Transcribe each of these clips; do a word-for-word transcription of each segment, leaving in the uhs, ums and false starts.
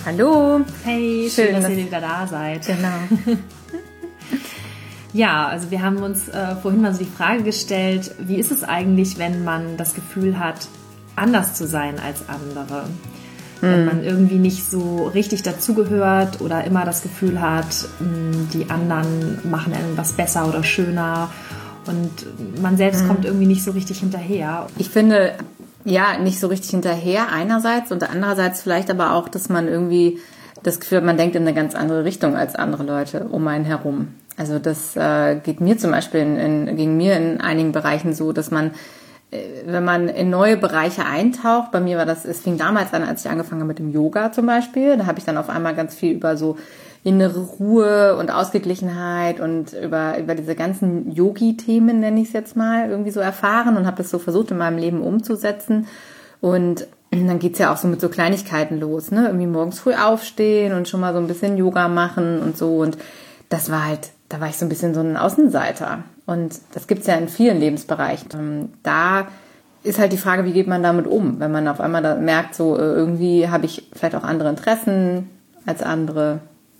Hallo. Hey, schön, schön dass, dass ihr wieder da seid. Genau. Ja, also wir haben uns äh, vorhin mal so die Frage gestellt, wie ist es eigentlich, wenn man das Gefühl hat, anders zu sein als andere? Mhm. Wenn man irgendwie nicht so richtig dazugehört oder immer das Gefühl hat, mh, die anderen machen irgendwas besser oder schöner und man selbst mhm. kommt irgendwie nicht so richtig hinterher. Ich finde, ja, nicht so richtig hinterher einerseits und andererseits vielleicht aber auch, dass man irgendwie das Gefühl hat, man denkt in eine ganz andere Richtung als andere Leute um einen herum. Also das äh, geht mir zum Beispiel, in, in, ging mir in einigen Bereichen so, dass man, äh, wenn man in neue Bereiche eintaucht, bei mir war das, es fing damals an, als ich angefangen habe mit dem Yoga zum Beispiel, da habe ich dann auf einmal ganz viel über so innere Ruhe und Ausgeglichenheit und über, über diese ganzen Yogi-Themen, nenne ich es jetzt mal, irgendwie so erfahren und habe das so versucht in meinem Leben umzusetzen. Und dann geht's ja auch so mit so Kleinigkeiten los, ne? Irgendwie morgens früh aufstehen und schon mal so ein bisschen Yoga machen und so. Und das war halt, da war ich so ein bisschen so ein Außenseiter. Und das gibt's ja in vielen Lebensbereichen. Da ist halt die Frage, wie geht man damit um, wenn man auf einmal da merkt, so irgendwie habe ich vielleicht auch andere Interessen als andere.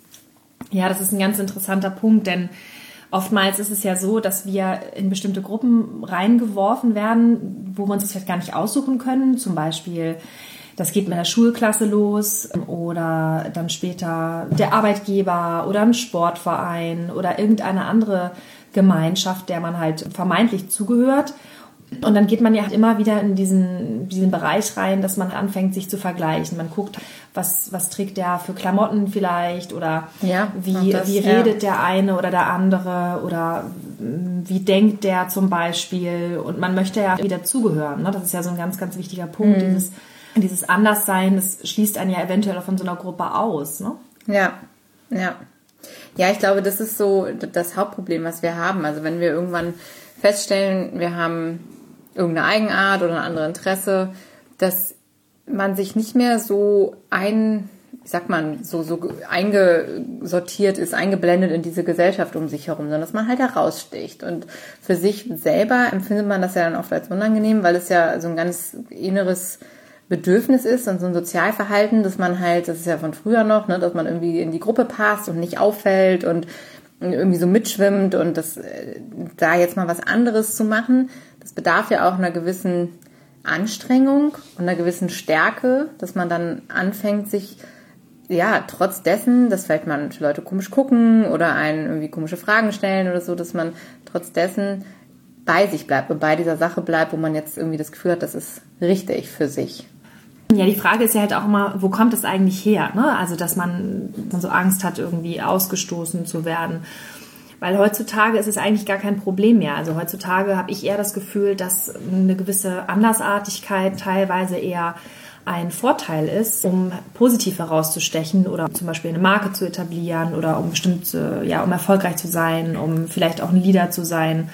Ja, das ist ein ganz interessanter Punkt, denn oftmals ist es ja so, dass wir in bestimmte Gruppen reingeworfen werden, wo wir uns das vielleicht gar nicht aussuchen können. Zum Beispiel, das geht mit der Schulklasse los oder dann später der Arbeitgeber oder ein Sportverein oder irgendeine andere Gemeinschaft, der man halt vermeintlich zugehört. Und dann geht man ja immer wieder in diesen, diesen Bereich rein, dass man anfängt, sich zu vergleichen. Man guckt, was, was trägt der für Klamotten vielleicht oder ja, wie, das, wie redet ja. der eine oder der andere oder wie denkt der zum Beispiel. Und man möchte ja wieder zugehören. Ne? Das ist ja so ein ganz, ganz wichtiger Punkt. Mhm. Dieses, dieses Anderssein, das schließt einen ja eventuell auch von so einer Gruppe aus. Ne? Ja, ja. Ja, ich glaube, das ist so das Hauptproblem, was wir haben. Also wenn wir irgendwann feststellen, wir haben irgendeine Eigenart oder ein anderes Interesse, dass man sich nicht mehr so ein, wie sagt man, so, so eingesortiert ist, eingeblendet in diese Gesellschaft um sich herum, sondern dass man halt heraussticht. Und für sich selber empfindet man das ja dann oft als unangenehm, weil es ja so ein ganz inneres Bedürfnis ist und so ein Sozialverhalten, dass man halt, das ist ja von früher noch, ne, dass man irgendwie in die Gruppe passt und nicht auffällt und irgendwie so mitschwimmt und das, da jetzt mal was anderes zu machen, das bedarf ja auch einer gewissen Anstrengung und einer gewissen Stärke, dass man dann anfängt, sich, ja, trotz dessen, dass vielleicht manche Leute komisch gucken oder einen irgendwie komische Fragen stellen oder so, dass man trotz dessen bei sich bleibt und bei dieser Sache bleibt, wo man jetzt irgendwie das Gefühl hat, das ist richtig für sich. Ja, die Frage ist ja halt auch immer, wo kommt es eigentlich her? Ne? Also, dass man, man so Angst hat, irgendwie ausgestoßen zu werden. Weil heutzutage ist es eigentlich gar kein Problem mehr. Also heutzutage habe ich eher das Gefühl, dass eine gewisse Andersartigkeit teilweise eher ein Vorteil ist, um positiv herauszustechen oder zum Beispiel eine Marke zu etablieren oder um bestimmte, ja, um erfolgreich zu sein, um vielleicht auch ein Leader zu sein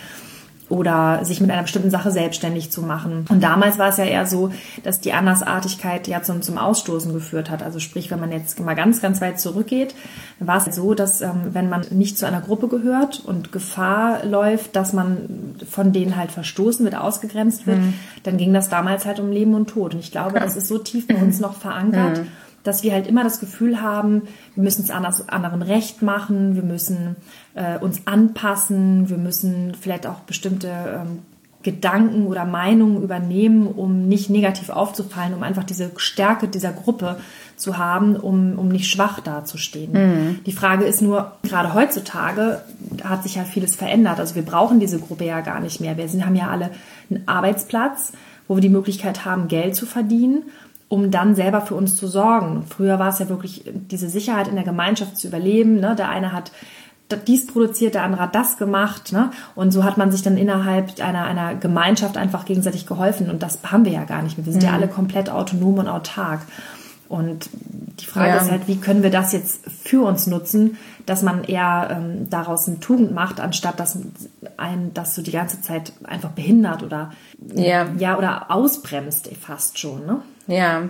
oder sich mit einer bestimmten Sache selbstständig zu machen. Und damals war es ja eher so, dass die Andersartigkeit ja zum, zum Ausstoßen geführt hat. Also sprich, wenn man jetzt mal ganz, ganz weit zurückgeht, dann war es so, dass ähm, wenn man nicht zu einer Gruppe gehört und Gefahr läuft, dass man von denen halt verstoßen wird, ausgegrenzt wird, mhm. dann ging das damals halt um Leben und Tod. Und ich glaube, das ist so tief bei uns noch verankert, mhm. dass wir halt immer das Gefühl haben, wir müssen es anders, anderen recht machen, wir müssen äh, uns anpassen, wir müssen vielleicht auch bestimmte ähm, Gedanken oder Meinungen übernehmen, um nicht negativ aufzufallen, um einfach diese Stärke dieser Gruppe zu haben, um, um nicht schwach dazustehen. Mhm. Die Frage ist nur, gerade heutzutage hat sich ja vieles verändert. Also wir brauchen diese Gruppe ja gar nicht mehr. Wir sind, haben ja alle einen Arbeitsplatz, wo wir die Möglichkeit haben, Geld zu verdienen, um dann selber für uns zu sorgen. Früher war es ja wirklich diese Sicherheit in der Gemeinschaft zu überleben. Ne? Der eine hat dies produziert, der andere hat das gemacht. Ne? Und so hat man sich dann innerhalb einer, einer Gemeinschaft einfach gegenseitig geholfen. Und das haben wir ja gar nicht mehr. Wir sind mhm. ja alle komplett autonom und autark. Und die Frage ja. ist halt, wie können wir das jetzt für uns nutzen, dass man eher ähm, daraus eine Tugend macht, anstatt dass ein das so die ganze Zeit einfach behindert oder ja, ja oder ausbremst fast schon, ne? Ja.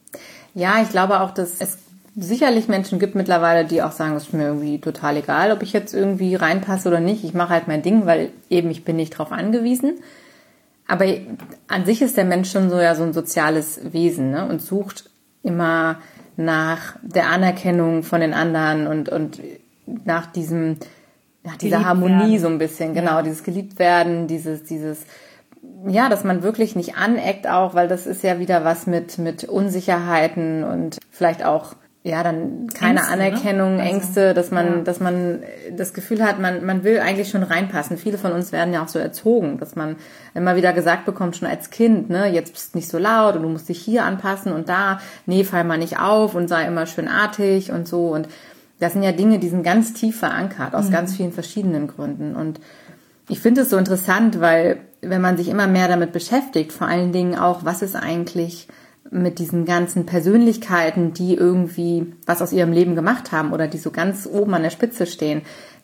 Ja, ich glaube auch, dass es sicherlich Menschen gibt mittlerweile, die auch sagen, es ist mir irgendwie total egal, ob ich jetzt irgendwie reinpasse oder nicht. Ich mache halt mein Ding, weil eben ich bin nicht drauf angewiesen. Aber an sich ist der Mensch schon so ja so ein soziales Wesen, ne? Und sucht immer nach der Anerkennung von den anderen und, und nach diesem, nach dieser geliebt Harmonie werden. So ein bisschen, genau, ja. Dieses Geliebtwerden, dieses, dieses, ja, dass man wirklich nicht aneckt auch, weil das ist ja wieder was mit, mit Unsicherheiten und vielleicht auch, ja, dann keine Ängste, Anerkennung, ne? also, Ängste, dass man, ja. dass man das Gefühl hat, man, man will eigentlich schon reinpassen. Viele von uns werden ja auch so erzogen, dass man immer wieder gesagt bekommt, schon als Kind, ne, jetzt bist du nicht so laut und du musst dich hier anpassen und da, nee, fall mal nicht auf und sei immer schön artig und so. Und das sind ja Dinge, die sind ganz tief verankert, aus mhm. ganz vielen verschiedenen Gründen. Und ich finde es so interessant, weil wenn man sich immer mehr damit beschäftigt, vor allen Dingen auch, was ist eigentlich mit diesen ganzen Persönlichkeiten, die irgendwie was aus ihrem Leben gemacht haben oder die so ganz oben an der Spitze stehen,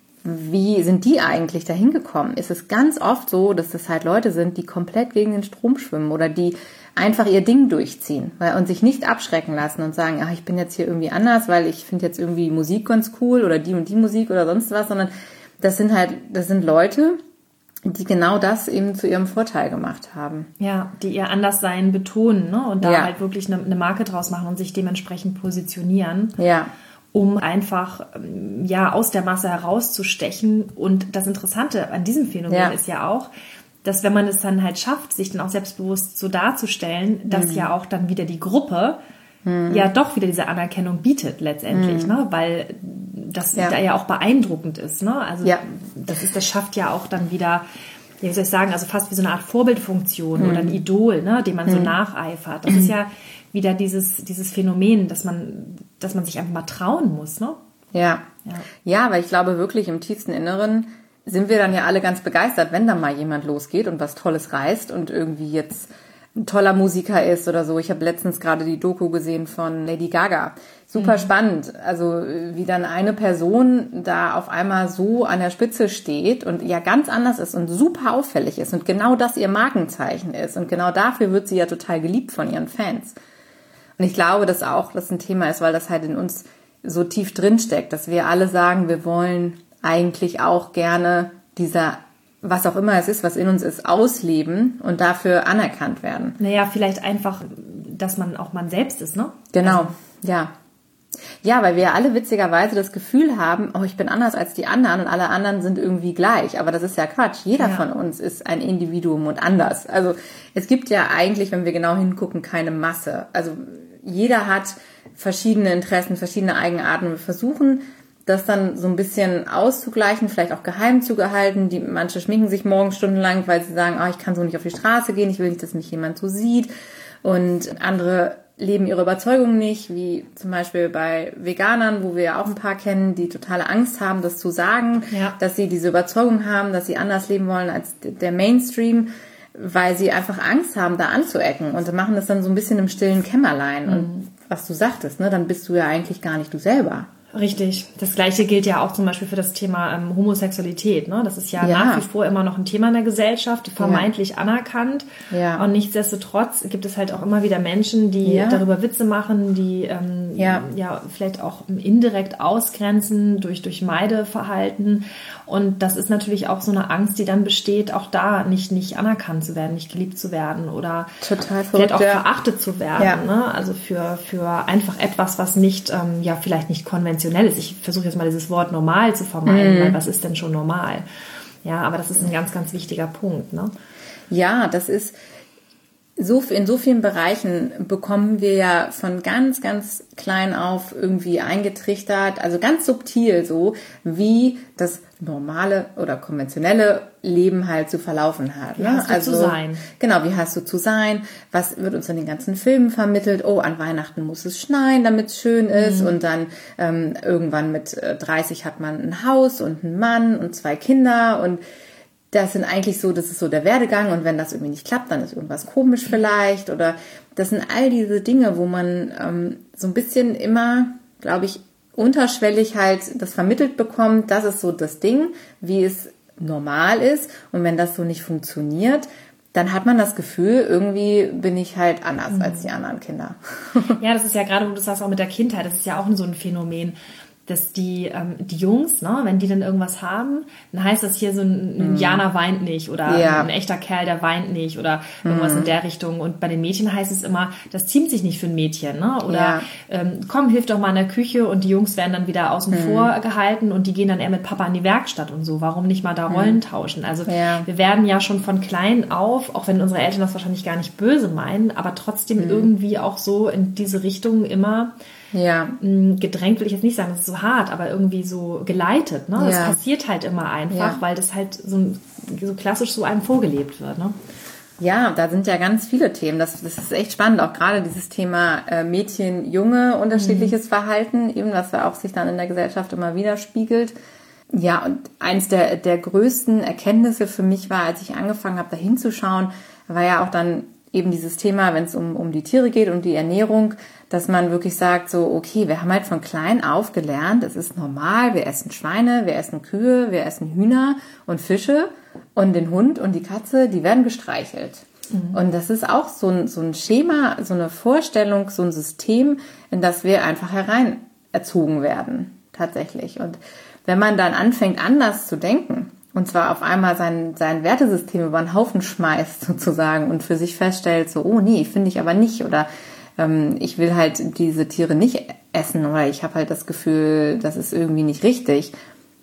wie sind die eigentlich dahin gekommen? Ist es ganz oft so, dass das halt Leute sind, die komplett gegen den Strom schwimmen oder die einfach ihr Ding durchziehen weil, und sich nicht abschrecken lassen und sagen, ach, ich bin jetzt hier irgendwie anders, weil ich finde jetzt irgendwie Musik ganz cool oder die und die Musik oder sonst was, sondern das sind halt, das sind Leute, die genau das eben zu ihrem Vorteil gemacht haben. Ja, die ihr Anderssein betonen, ne? Und da ja. halt wirklich eine, eine Marke draus machen und sich dementsprechend positionieren. Ja. Um einfach ja aus der Masse herauszustechen. Und das Interessante an diesem Phänomen ja. ist ja auch, dass wenn man es dann halt schafft, sich dann auch selbstbewusst so darzustellen, dass mhm. ja auch dann wieder die Gruppe mhm. ja doch wieder diese Anerkennung bietet letztendlich, mhm. ne? Weil das ja. da ja auch beeindruckend ist. Ne? Also ja. das ist, das schafft ja auch dann wieder, ja, wie soll ich sagen, also fast wie so eine Art Vorbildfunktion mhm. oder ein Idol, ne? Dem man mhm. so nacheifert. Das ist ja wieder dieses, dieses Phänomen, dass man, dass man sich einfach mal trauen muss. Ne? Ja. ja, ja, weil ich glaube wirklich im tiefsten Inneren sind wir dann ja alle ganz begeistert, wenn da mal jemand losgeht und was Tolles reißt und irgendwie jetzt ein toller Musiker ist oder so. Ich habe letztens gerade die Doku gesehen von Lady Gaga. Super mhm. spannend. Also wie dann eine Person da auf einmal so an der Spitze steht und ja ganz anders ist und super auffällig ist und genau das ihr Markenzeichen ist. Und genau dafür wird sie ja total geliebt von ihren Fans. Und ich glaube, dass auch das ein Thema ist, weil das halt in uns so tief drin steckt, dass wir alle sagen, wir wollen eigentlich auch gerne dieser, was auch immer es ist, was in uns ist, ausleben und dafür anerkannt werden. Naja, vielleicht einfach, dass man auch man selbst ist, ne? Genau, also. ja. Ja, weil wir alle witzigerweise das Gefühl haben, oh, ich bin anders als die anderen und alle anderen sind irgendwie gleich. Aber das ist ja Quatsch. Jeder ja. von uns ist ein Individuum und anders. Also es gibt ja eigentlich, wenn wir genau hingucken, keine Masse. Also jeder hat verschiedene Interessen, verschiedene Eigenarten. Und wir versuchen, das dann so ein bisschen auszugleichen, vielleicht auch geheim zu gehalten. Die, manche schminken sich morgens stundenlang, weil sie sagen, oh, ich kann so nicht auf die Straße gehen, ich will nicht, dass mich jemand so sieht. Und andere leben ihre Überzeugungen nicht, wie zum Beispiel bei Veganern, wo wir ja auch ein paar kennen, die totale Angst haben, das zu sagen, ja. dass sie diese Überzeugung haben, dass sie anders leben wollen als der Mainstream, weil sie einfach Angst haben, da anzuecken und machen das dann so ein bisschen im stillen Kämmerlein. Mhm. Und was du sagtest, ne, dann bist du ja eigentlich gar nicht du selber. Richtig. Das Gleiche gilt ja auch zum Beispiel für das Thema ähm, Homosexualität. Ne? Das ist ja, ja nach wie vor immer noch ein Thema in der Gesellschaft, vermeintlich ja. anerkannt. Ja. Und nichtsdestotrotz gibt es halt auch immer wieder Menschen, die ja. darüber Witze machen, die ähm, ja. ja vielleicht auch indirekt ausgrenzen durch, durch Meideverhalten. Und das ist natürlich auch so eine Angst, die dann besteht, auch da nicht, nicht anerkannt zu werden, nicht geliebt zu werden oder Total vielleicht verrückt, auch ja. verachtet zu werden. Ja. Ne? Also für, für einfach etwas, was nicht, ähm, ja, vielleicht nicht konventionell ist. Ich versuche jetzt mal dieses Wort normal zu vermeiden, mm. weil was ist denn schon normal? Ja, aber das ist ein ganz, ganz wichtiger Punkt. Ne? Ja, das ist so, in so vielen Bereichen bekommen wir ja von ganz, ganz klein auf irgendwie eingetrichtert, also ganz subtil so, wie das normale oder konventionelle Leben halt zu verlaufen hat. Wie ne? hast du also, zu sein? Genau, wie hast du zu sein? Was wird uns in den ganzen Filmen vermittelt? Oh, an Weihnachten muss es schneien, damit es schön ist. Mhm. Und dann ähm, irgendwann mit dreißig hat man ein Haus und einen Mann und zwei Kinder und das sind eigentlich so, das ist so der Werdegang und wenn das irgendwie nicht klappt, dann ist irgendwas komisch vielleicht oder das sind all diese Dinge, wo man ähm, so ein bisschen immer, glaube ich, unterschwellig halt das vermittelt bekommt, das ist so das Ding, wie es normal ist und wenn das so nicht funktioniert, dann hat man das Gefühl, irgendwie bin ich halt anders mhm. als die anderen Kinder. Ja, das ist ja gerade, wo du sagst, auch mit der Kindheit, das ist ja auch so ein Phänomen, dass die, ähm, die Jungs, ne, wenn die dann irgendwas haben, dann heißt das hier so ein mhm. Indianer weint nicht oder ja. ein echter Kerl, der weint nicht oder irgendwas mhm. in der Richtung. Und bei den Mädchen heißt es immer, das ziemt sich nicht für ein Mädchen, ne? Oder ja. ähm, komm, hilf doch mal in der Küche und die Jungs werden dann wieder außen mhm. vor gehalten und die gehen dann eher mit Papa in die Werkstatt und so. Warum nicht mal da Rollen mhm. tauschen? Also ja. wir werden ja schon von klein auf, auch wenn unsere Eltern das wahrscheinlich gar nicht böse meinen, aber trotzdem mhm. irgendwie auch so in diese Richtung immer ja. gedrängt, will ich jetzt nicht sagen, das ist so hart, aber irgendwie so geleitet. Ne? Das ja. passiert halt immer einfach, ja. weil das halt so, so klassisch so einem vorgelebt wird. Ne? Ja, da sind ja ganz viele Themen. Das, das ist echt spannend, auch gerade dieses Thema äh, Mädchen, Junge, unterschiedliches mhm. Verhalten, eben was ja auch sich dann in der Gesellschaft immer widerspiegelt. Ja, und eins der, der größten Erkenntnisse für mich war, als ich angefangen habe, da hinzuschauen, war ja auch dann eben dieses Thema, wenn es um, um die Tiere geht, um die Ernährung, dass man wirklich sagt, so, okay, wir haben halt von klein auf gelernt, es ist normal, wir essen Schweine, wir essen Kühe, wir essen Hühner und Fische und den Hund und die Katze, die werden gestreichelt. Mhm. Und das ist auch so ein, so ein Schema, so eine Vorstellung, so ein System, in das wir einfach herein erzogen werden, tatsächlich. Und wenn man dann anfängt, anders zu denken, und zwar auf einmal sein, sein Wertesystem über den Haufen schmeißt sozusagen und für sich feststellt, so, oh nee, finde ich aber nicht oder ähm, ich will halt diese Tiere nicht essen oder ich habe halt das Gefühl, das ist irgendwie nicht richtig,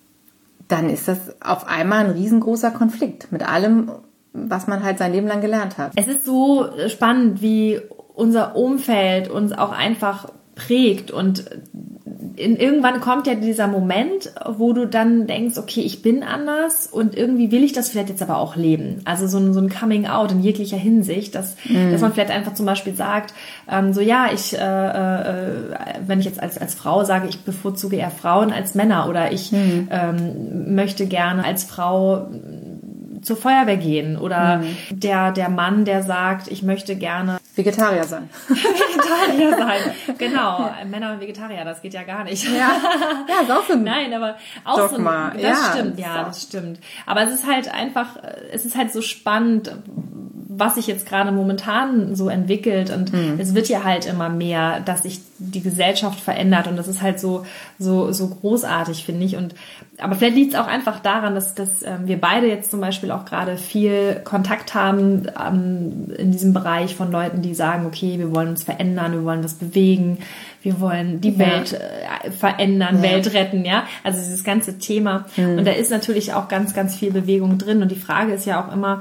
dann ist das auf einmal ein riesengroßer Konflikt mit allem, was man halt sein Leben lang gelernt hat. Es ist so spannend, wie unser Umfeld uns auch einfach prägt und in, irgendwann kommt ja dieser Moment, wo du dann denkst, okay, ich bin anders und irgendwie will ich das vielleicht jetzt aber auch leben. Also so ein, so ein Coming-out in jeglicher Hinsicht, dass, mm. dass man vielleicht einfach zum Beispiel sagt, ähm, so ja, ich, äh, äh, wenn ich jetzt als, als Frau sage, ich bevorzuge eher Frauen als Männer oder ich mm. ähm, möchte gerne als Frau zur Feuerwehr gehen oder mhm. der der Mann, der sagt, ich möchte gerne Vegetarier sein. Vegetarier sein, genau. Männer und Vegetarier, das geht ja gar nicht. Ja, ja, ist auch so ein Nein, aber auch Dogma. so ein, das ja, stimmt, ja, das stimmt. Aber es ist halt einfach, es ist halt so spannend, was sich jetzt gerade momentan so entwickelt und mhm. es wird ja halt immer mehr, dass sich die Gesellschaft verändert und das ist halt so so so großartig, finde ich. Und aber vielleicht liegt es auch einfach daran, dass, dass ähm, wir beide jetzt zum Beispiel auch gerade viel Kontakt haben ähm, in diesem Bereich von Leuten, die sagen, okay, wir wollen uns verändern, wir wollen was bewegen, wir wollen die ja. Welt äh, verändern, ja. Welt retten, ja. Also dieses ganze Thema. Mhm. Und da ist natürlich auch ganz, ganz viel Bewegung drin. Und die Frage ist ja auch immer,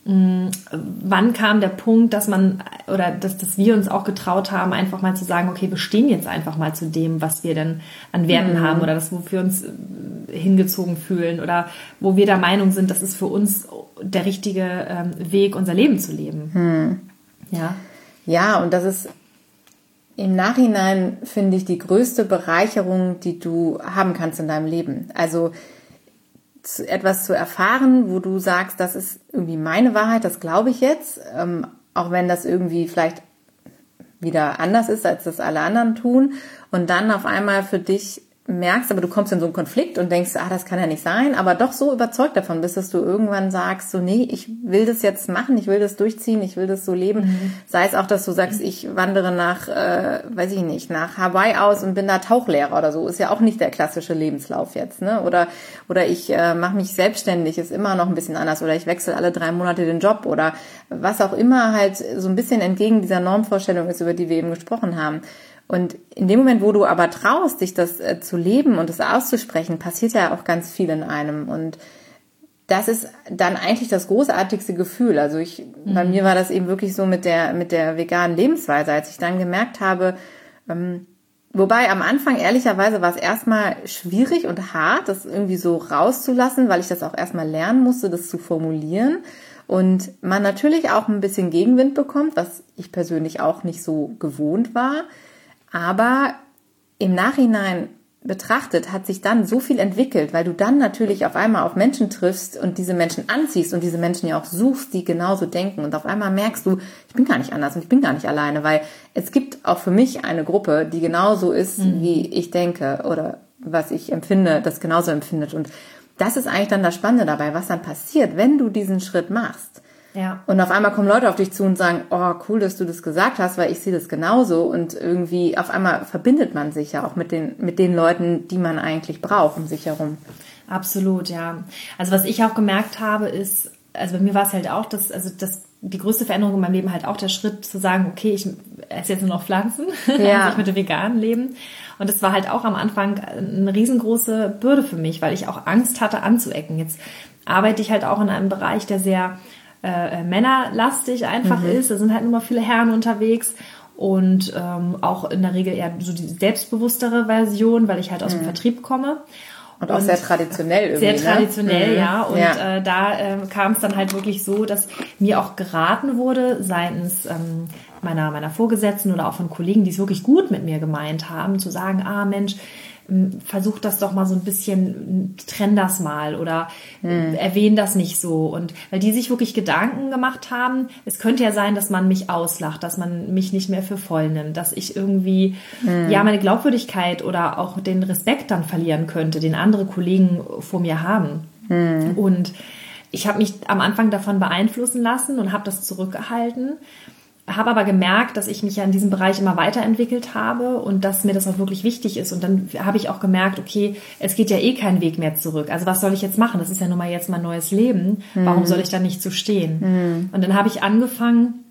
wann kam der Punkt, dass man oder dass, dass wir uns auch getraut haben, einfach mal zu sagen, okay, wir stehen jetzt einfach mal zu dem, was wir denn an Werten mhm. haben oder das, wofür wir uns hingezogen fühlen oder wo wir der Meinung sind, das ist für uns der richtige ähm, Weg, unser Leben zu leben. Mhm. Ja. Ja, und das ist im Nachhinein, finde ich, die größte Bereicherung, die du haben kannst in deinem Leben. Also etwas zu erfahren, wo du sagst, das ist irgendwie meine Wahrheit, das glaube ich jetzt, ähm, auch wenn das irgendwie vielleicht wieder anders ist, als das alle anderen tun und dann auf einmal für dich merkst, aber du kommst in so einen Konflikt und denkst, ah, das kann ja nicht sein, aber doch so überzeugt davon bist, dass du irgendwann sagst, so, nee, ich will das jetzt machen, ich will das durchziehen, ich will das so leben. Mhm. Sei es auch, dass du sagst, ich wandere nach, äh, weiß ich nicht, nach Hawaii aus und bin da Tauchlehrer oder so. Ist ja auch nicht der klassische Lebenslauf jetzt, ne? Oder, oder ich äh, mache mich selbstständig, ist immer noch ein bisschen anders. Oder ich wechsle alle drei Monate den Job oder was auch immer halt so ein bisschen entgegen dieser Normvorstellung ist, über die wir eben gesprochen haben. Und in dem Moment, wo du aber traust, dich das äh, zu leben und das auszusprechen, passiert ja auch ganz viel in einem. Und das ist dann eigentlich das großartigste Gefühl. Also ich, mhm. bei mir war das eben wirklich so mit der, mit der veganen Lebensweise, als ich dann gemerkt habe, ähm, wobei am Anfang ehrlicherweise war es erstmal schwierig und hart, das irgendwie so rauszulassen, weil ich das auch erstmal lernen musste, das zu formulieren. Und man natürlich auch ein bisschen Gegenwind bekommt, was ich persönlich auch nicht so gewohnt war. Aber im Nachhinein betrachtet hat sich dann so viel entwickelt, weil du dann natürlich auf einmal auf Menschen triffst und diese Menschen anziehst und diese Menschen ja auch suchst, die genauso denken. Und auf einmal merkst du, ich bin gar nicht anders und ich bin gar nicht alleine, weil es gibt auch für mich eine Gruppe, die genauso ist, mhm. wie ich denke oder was ich empfinde, das genauso empfindet. Und das ist eigentlich dann das Spannende dabei, was dann passiert, wenn du diesen Schritt machst. Ja. Und auf einmal kommen Leute auf dich zu und sagen, oh, cool, dass du das gesagt hast, weil ich sehe das genauso. Und irgendwie auf einmal verbindet man sich ja auch mit den, mit den Leuten, die man eigentlich braucht um sich herum. Absolut, ja. Also was ich auch gemerkt habe, ist, also bei mir war es halt auch, dass, also das, die größte Veränderung in meinem Leben halt auch der Schritt zu sagen, okay, ich esse jetzt nur noch Pflanzen, ja. also ich möchte vegan leben. Und das war halt auch am Anfang eine riesengroße Bürde für mich, weil ich auch Angst hatte anzuecken. Jetzt arbeite ich halt auch in einem Bereich, der sehr äh, männerlastig einfach mhm. ist. Da sind halt nur mal viele Herren unterwegs und ähm, auch in der Regel eher so die selbstbewusstere Version, weil ich halt aus mhm. dem Vertrieb komme. Und auch und sehr traditionell irgendwie. Sehr traditionell, ne? ja. Und ja. Äh, da äh, kam es dann halt wirklich so, dass mir auch geraten wurde seitens ähm, meiner meiner Vorgesetzten oder auch von Kollegen, die es wirklich gut mit mir gemeint haben, zu sagen, ah Mensch, versuch das doch mal so ein bisschen, trenn das mal oder hm. erwähn das nicht so. Und weil die sich wirklich Gedanken gemacht haben, es könnte ja sein, dass man mich auslacht, dass man mich nicht mehr für voll nimmt, dass ich irgendwie hm. ja meine Glaubwürdigkeit oder auch den Respekt dann verlieren könnte, den andere Kollegen vor mir haben. Hm. Und ich habe mich am Anfang davon beeinflussen lassen und habe das zurückgehalten. Habe aber gemerkt, dass ich mich ja in diesem Bereich immer weiterentwickelt habe und dass mir das auch wirklich wichtig ist. Und dann habe ich auch gemerkt, okay, es geht ja eh kein Weg mehr zurück. Also was soll ich jetzt machen? Das ist ja nun mal jetzt mein neues Leben. Warum soll ich da nicht so stehen? Mhm. Und dann habe ich angefangen,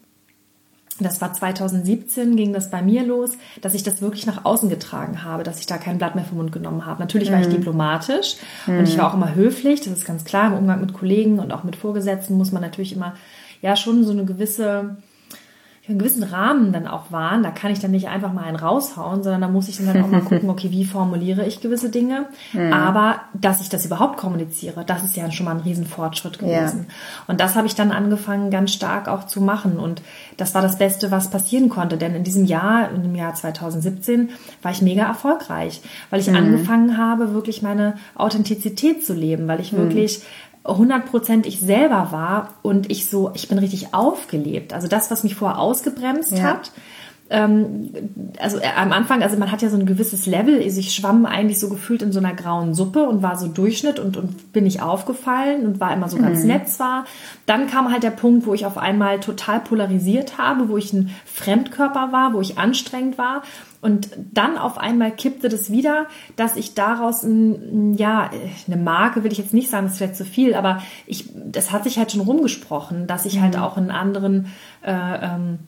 das war zwanzig siebzehn, ging das bei mir los, dass ich das wirklich nach außen getragen habe, dass ich da kein Blatt mehr vom Mund genommen habe. Natürlich war mhm. ich diplomatisch mhm. und ich war auch immer höflich, das ist ganz klar. Im Umgang mit Kollegen und auch mit Vorgesetzten muss man natürlich immer ja schon so eine gewisse... einen gewissen Rahmen dann auch wahren. Da kann ich dann nicht einfach mal einen raushauen, sondern da muss ich dann halt auch mal gucken, okay, wie formuliere ich gewisse Dinge. Mhm. Aber dass ich das überhaupt kommuniziere, das ist ja schon mal ein Riesenfortschritt gewesen. Ja. Und das habe ich dann angefangen, ganz stark auch zu machen. Und das war das Beste, was passieren konnte. Denn in diesem Jahr, in dem Jahr zwanzig siebzehn, war ich mega erfolgreich, weil ich mhm. angefangen habe, wirklich meine Authentizität zu leben, weil ich mhm. wirklich hundert Prozent ich selber war und ich so, ich bin richtig aufgelebt. Also das, was mich vorher ausgebremst ja. hat, ähm, also äh, am Anfang, also man hat ja so ein gewisses Level, ich schwamm eigentlich so gefühlt in so einer grauen Suppe und war so Durchschnitt und, und bin nicht aufgefallen und war immer so ganz mhm. nett zwar. Dann kam halt der Punkt, wo ich auf einmal total polarisiert habe, wo ich ein Fremdkörper war, wo ich anstrengend war. Und dann auf einmal kippte das wieder, dass ich daraus, ein, ja, eine Marke will ich jetzt nicht sagen, das ist vielleicht zu viel, aber ich, das hat sich halt schon rumgesprochen, dass ich mhm. halt auch in anderen äh, ähm,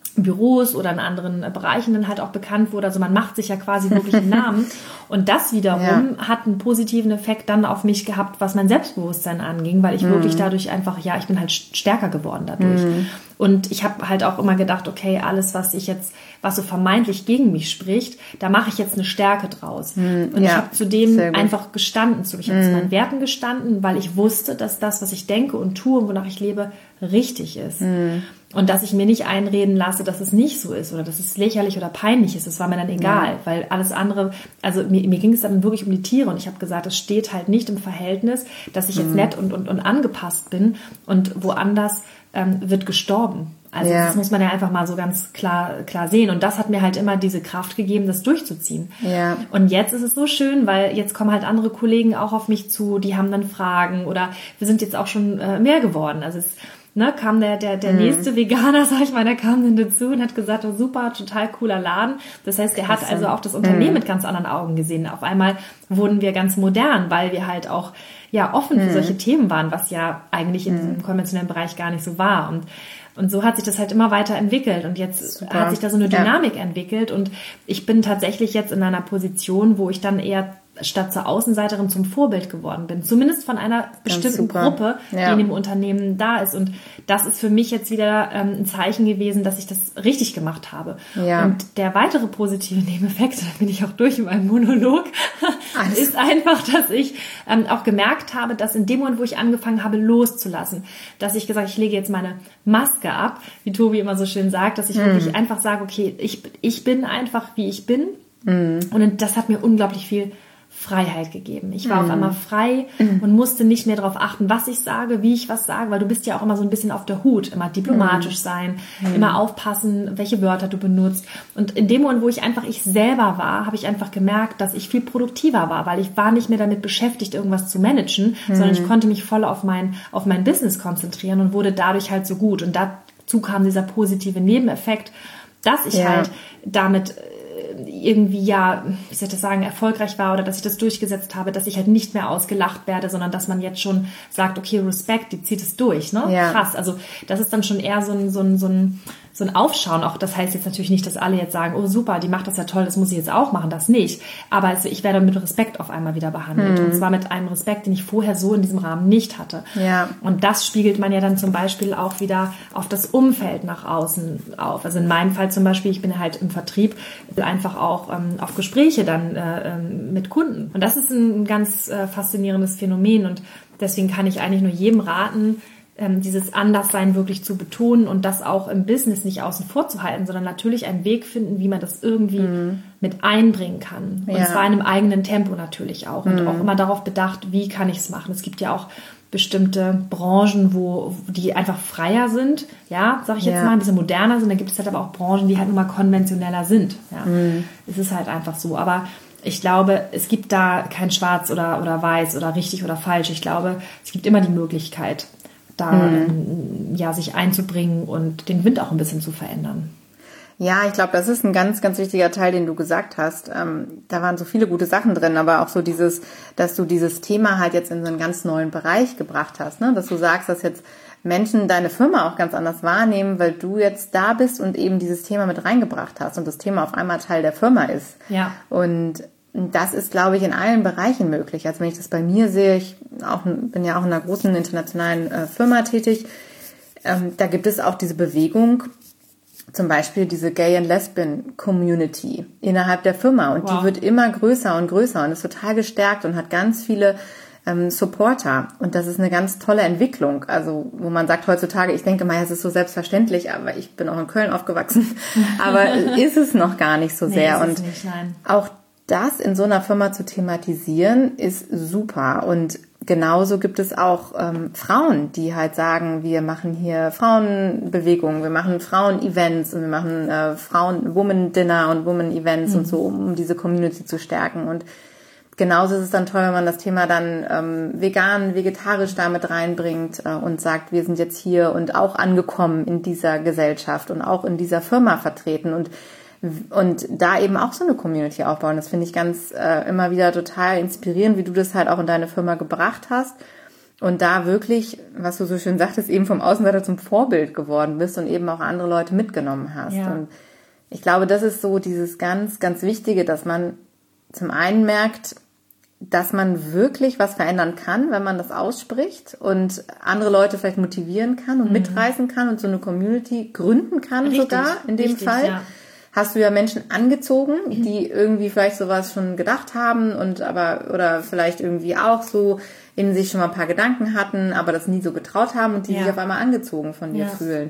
Büros oder in anderen Bereichen dann halt auch bekannt wurde. Also man macht sich ja quasi wirklich einen Namen. Und das wiederum ja. hat einen positiven Effekt dann auf mich gehabt, was mein Selbstbewusstsein anging, weil ich mhm. wirklich dadurch einfach, ja, ich bin halt stärker geworden dadurch. Mhm. Und ich habe halt auch immer gedacht, okay, alles, was ich jetzt, was so vermeintlich gegen mich spricht, da mache ich jetzt eine Stärke draus. Mhm. Und ja. ich habe zudem einfach gestanden. Ich habe mhm. zu meinen Werten gestanden, weil ich wusste, dass das, was ich denke und tue und wonach ich lebe, richtig ist. Mhm. Und dass ich mir nicht einreden lasse, dass es nicht so ist oder dass es lächerlich oder peinlich ist. Das war mir dann egal, ja. weil alles andere, also mir, mir ging es dann wirklich um die Tiere und ich habe gesagt, es steht halt nicht im Verhältnis, dass ich jetzt mhm. nett und, und, und angepasst bin und woanders ähm, wird gestorben. Also ja. das muss man ja einfach mal so ganz klar klar sehen. Und das hat mir halt immer diese Kraft gegeben, das durchzuziehen. Ja. Und jetzt ist es so schön, weil jetzt kommen halt andere Kollegen auch auf mich zu, die haben dann Fragen oder wir sind jetzt auch schon äh, mehr geworden. Also es Ne, kam der, der, der mhm. nächste Veganer, sag ich mal, der kam dann dazu und hat gesagt, oh, super, total cooler Laden. Das heißt, der hat also auch das Unternehmen mhm. mit ganz anderen Augen gesehen. Auf einmal wurden wir ganz modern, weil wir halt auch ja offen mhm. für solche Themen waren, was ja eigentlich in mhm. diesem konventionellen Bereich gar nicht so war. Und Und so hat sich das halt immer weiter entwickelt und jetzt Super. Hat sich da so eine Dynamik ja. entwickelt und ich bin tatsächlich jetzt in einer Position, wo ich dann eher statt zur Außenseiterin zum Vorbild geworden bin. Zumindest von einer bestimmten Gruppe, ja. die in dem Unternehmen da ist. Und das ist für mich jetzt wieder ähm, ein Zeichen gewesen, dass ich das richtig gemacht habe. Ja. Und der weitere positive Nebeneffekt, da bin ich auch durch in meinem Monolog, ist einfach, dass ich ähm, auch gemerkt habe, dass in dem Moment, wo ich angefangen habe loszulassen, dass ich gesagt, ich lege jetzt meine Maske ab, wie Tobi immer so schön sagt, dass ich hm. wirklich einfach sage, okay, ich, ich bin einfach, wie ich bin. Hm. Und das hat mir unglaublich viel Freiheit gegeben. Ich war mm. auf einmal frei mm. und musste nicht mehr darauf achten, was ich sage, wie ich was sage, weil du bist ja auch immer so ein bisschen auf der Hut, immer diplomatisch mm. sein, mm. immer aufpassen, welche Wörter du benutzt. Und in dem Moment, wo ich einfach ich selber war, habe ich einfach gemerkt, dass ich viel produktiver war, weil ich war nicht mehr damit beschäftigt, irgendwas zu managen, mm. sondern ich konnte mich voll auf mein, auf mein Business konzentrieren und wurde dadurch halt so gut. Und dazu kam dieser positive Nebeneffekt, dass ich ja. halt damit irgendwie, ja, wie soll ich das sagen, erfolgreich war oder dass ich das durchgesetzt habe, dass ich halt nicht mehr ausgelacht werde, sondern dass man jetzt schon sagt, okay, Respekt, die zieht es durch, ne? Ja. Krass. Also das ist dann schon eher so ein, so ein, so ein, so ein Aufschauen. Auch das heißt jetzt natürlich nicht, dass alle jetzt sagen, oh super, die macht das ja toll, das muss ich jetzt auch machen, das nicht. Aber also ich werde mit Respekt auf einmal wieder behandelt. Hm. Und zwar mit einem Respekt, den ich vorher so in diesem Rahmen nicht hatte. Ja. Und das spiegelt man ja dann zum Beispiel auch wieder auf das Umfeld nach außen auf. Also in meinem Fall zum Beispiel, ich bin halt im Vertrieb, einfach auch ähm, auf Gespräche dann äh, mit Kunden. Und das ist ein ganz äh, faszinierendes Phänomen. Und deswegen kann ich eigentlich nur jedem raten, dieses Anderssein wirklich zu betonen und das auch im Business nicht außen vor zu halten, sondern natürlich einen Weg finden, wie man das irgendwie mhm. mit einbringen kann. Und ja. zwar in einem eigenen Tempo natürlich auch. Und mhm. auch immer darauf bedacht, wie kann ich es machen. Es gibt ja auch bestimmte Branchen, wo die einfach freier sind, ja, sag ich jetzt ja. mal, ein bisschen moderner sind. Dann gibt es halt aber auch Branchen, die halt nur mal konventioneller sind. Ja. Mhm. Es ist halt einfach so. Aber ich glaube, es gibt da kein Schwarz oder, oder Weiß oder richtig oder falsch. Ich glaube, es gibt immer die Möglichkeit, da mhm. ja, sich einzubringen und den Wind auch ein bisschen zu verändern. Ja, ich glaube, das ist ein ganz, ganz wichtiger Teil, den du gesagt hast. Ähm, da waren so viele gute Sachen drin, aber auch so dieses, dass du dieses Thema halt jetzt in so einen ganz neuen Bereich gebracht hast, ne? Dass du sagst, dass jetzt Menschen deine Firma auch ganz anders wahrnehmen, weil du jetzt da bist und eben dieses Thema mit reingebracht hast und das Thema auf einmal Teil der Firma ist. Ja. Und das ist, glaube ich, in allen Bereichen möglich. Also wenn ich das bei mir sehe, ich auch, bin ja auch in einer großen internationalen äh, Firma tätig, ähm, da gibt es auch diese Bewegung, zum Beispiel diese Gay and Lesbian Community innerhalb der Firma. Und wow. die wird immer größer und größer und ist total gestärkt und hat ganz viele ähm, Supporter. Und das ist eine ganz tolle Entwicklung. Also wo man sagt heutzutage, ich denke mal, es ist so selbstverständlich, aber ich bin auch in Köln aufgewachsen. Aber ist es noch gar nicht so sehr. Nee, ist und es nicht, nein. auch das in so einer Firma zu thematisieren, ist super. Und genauso gibt es auch ähm, Frauen, die halt sagen, wir machen hier Frauenbewegungen, wir machen Frauen-Events und wir machen äh, Frauen-Woman-Dinner und Woman-Events mhm. und so, um diese Community zu stärken. Und genauso ist es dann toll, wenn man das Thema dann ähm, vegan, vegetarisch damit reinbringt äh, und sagt, wir sind jetzt hier und auch angekommen in dieser Gesellschaft und auch in dieser Firma vertreten und Und da eben auch so eine Community aufbauen. Das finde ich ganz äh, immer wieder total inspirierend, wie du das halt auch in deine Firma gebracht hast. Und da wirklich, was du so schön sagtest, eben vom Außenseiter zum Vorbild geworden bist und eben auch andere Leute mitgenommen hast. Ja. Und ich glaube, das ist so dieses ganz, ganz Wichtige, dass man zum einen merkt, dass man wirklich was verändern kann, wenn man das ausspricht und andere Leute vielleicht motivieren kann und mhm. mitreißen kann und so eine Community gründen kann. Richtig, sogar in dem richtig, Fall. Ja. Hast du ja Menschen angezogen, die irgendwie vielleicht sowas schon gedacht haben und aber oder vielleicht irgendwie auch so in sich schon mal ein paar Gedanken hatten, aber das nie so getraut haben und die ja. sich auf einmal angezogen von dir ja. fühlen.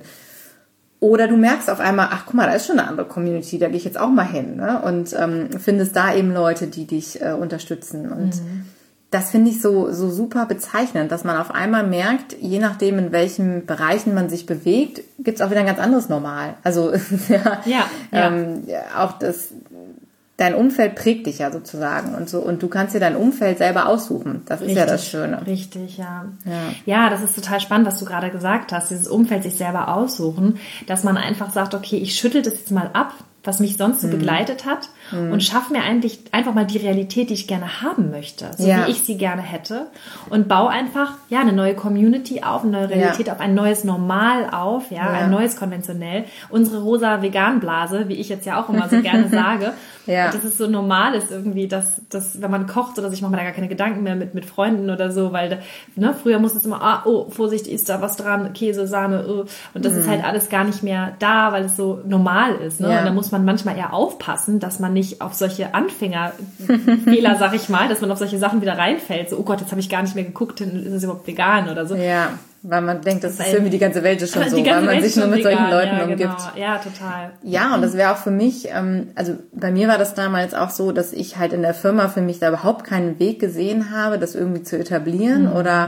Oder du merkst auf einmal, ach guck mal, da ist schon eine andere Community, da gehe ich jetzt auch mal hin, ne? Und ähm, findest da eben Leute, die dich äh, unterstützen. Und mhm. das finde ich so so super bezeichnend, dass man auf einmal merkt, je nachdem, in welchen Bereichen man sich bewegt, gibt es auch wieder ein ganz anderes Normal. Also ja, ja, ja. Ähm, auch das, dein Umfeld prägt dich ja sozusagen und so und du kannst dir dein Umfeld selber aussuchen. Das ist richtig, ja das Schöne. Richtig, ja. ja. Ja, das ist total spannend, was du gerade gesagt hast. Dieses Umfeld sich selber aussuchen, dass man einfach sagt, okay, ich schüttel das jetzt mal ab, was mich sonst so mhm. begleitet hat mhm. und schaffe mir eigentlich einfach mal die Realität, die ich gerne haben möchte, so ja. wie ich sie gerne hätte und baue einfach ja eine neue Community auf, eine neue Realität ja. auf, ein neues Normal auf, ja, ja. ein neues konventionell. Unsere rosa Vegan-Blase, wie ich jetzt ja auch immer so gerne sage, ja. dass es so normal ist irgendwie, dass, dass wenn man kocht oder so, ich mache mir da gar keine Gedanken mehr mit, mit Freunden oder so, weil ne, früher musste es immer, ah, oh, Vorsicht, ist da was dran, Käse, Sahne, oh. und das mhm. ist halt alles gar nicht mehr da, weil es so normal ist, ne? Ja. Und da muss man manchmal eher aufpassen, dass man nicht nicht auf solche Anfängerfehler, sag ich mal, dass man auf solche Sachen wieder reinfällt. So, oh Gott, jetzt habe ich gar nicht mehr geguckt, ist es überhaupt vegan oder so. Ja, weil man denkt, das, das ist irgendwie die ganze Welt ist schon so, weil man Welt sich nur mit vegan. solchen Leuten ja, umgibt. Genau. Ja, total. Ja, und das wäre auch für mich, ähm, also bei mir war das damals auch so, dass ich halt in der Firma für mich da überhaupt keinen Weg gesehen habe, das irgendwie zu etablieren mhm. oder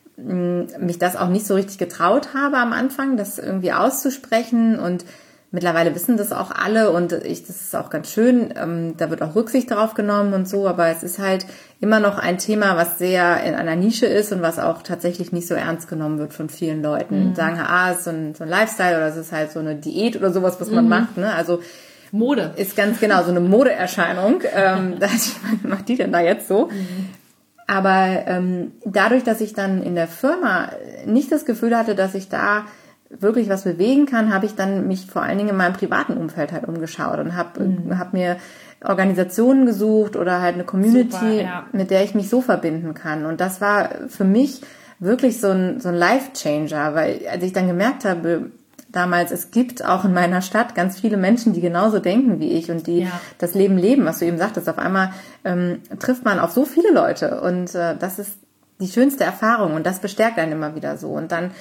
mh, mich das auch nicht so richtig getraut habe am Anfang, das irgendwie auszusprechen, und mittlerweile wissen das auch alle, und ich, das ist auch ganz schön, ähm, da wird auch Rücksicht drauf genommen und so, aber es ist halt immer noch ein Thema, was sehr in einer Nische ist und was auch tatsächlich nicht so ernst genommen wird von vielen Leuten. Mhm. Sagen, ah, es ist so ein, so ein Lifestyle oder es ist halt so eine Diät oder sowas, was man mhm. macht, ne? Also Mode. Ist ganz genau so eine Modeerscheinung. ähm, da macht die denn da jetzt so? Mhm. Aber ähm, dadurch, dass ich dann in der Firma nicht das Gefühl hatte, dass ich da wirklich was bewegen kann, habe ich dann mich vor allen Dingen in meinem privaten Umfeld halt umgeschaut und habe mhm. hab mir Organisationen gesucht oder halt eine Community, Super, ja. mit der ich mich so verbinden kann. Und das war für mich wirklich so ein, so ein Life-Changer, weil als ich dann gemerkt habe, damals, es gibt auch in meiner Stadt ganz viele Menschen, die genauso denken wie ich und die ja. das Leben leben, was du eben sagtest. Auf einmal ähm, trifft man auf so viele Leute, und äh, das ist die schönste Erfahrung, und das bestärkt einen immer wieder so. Und dann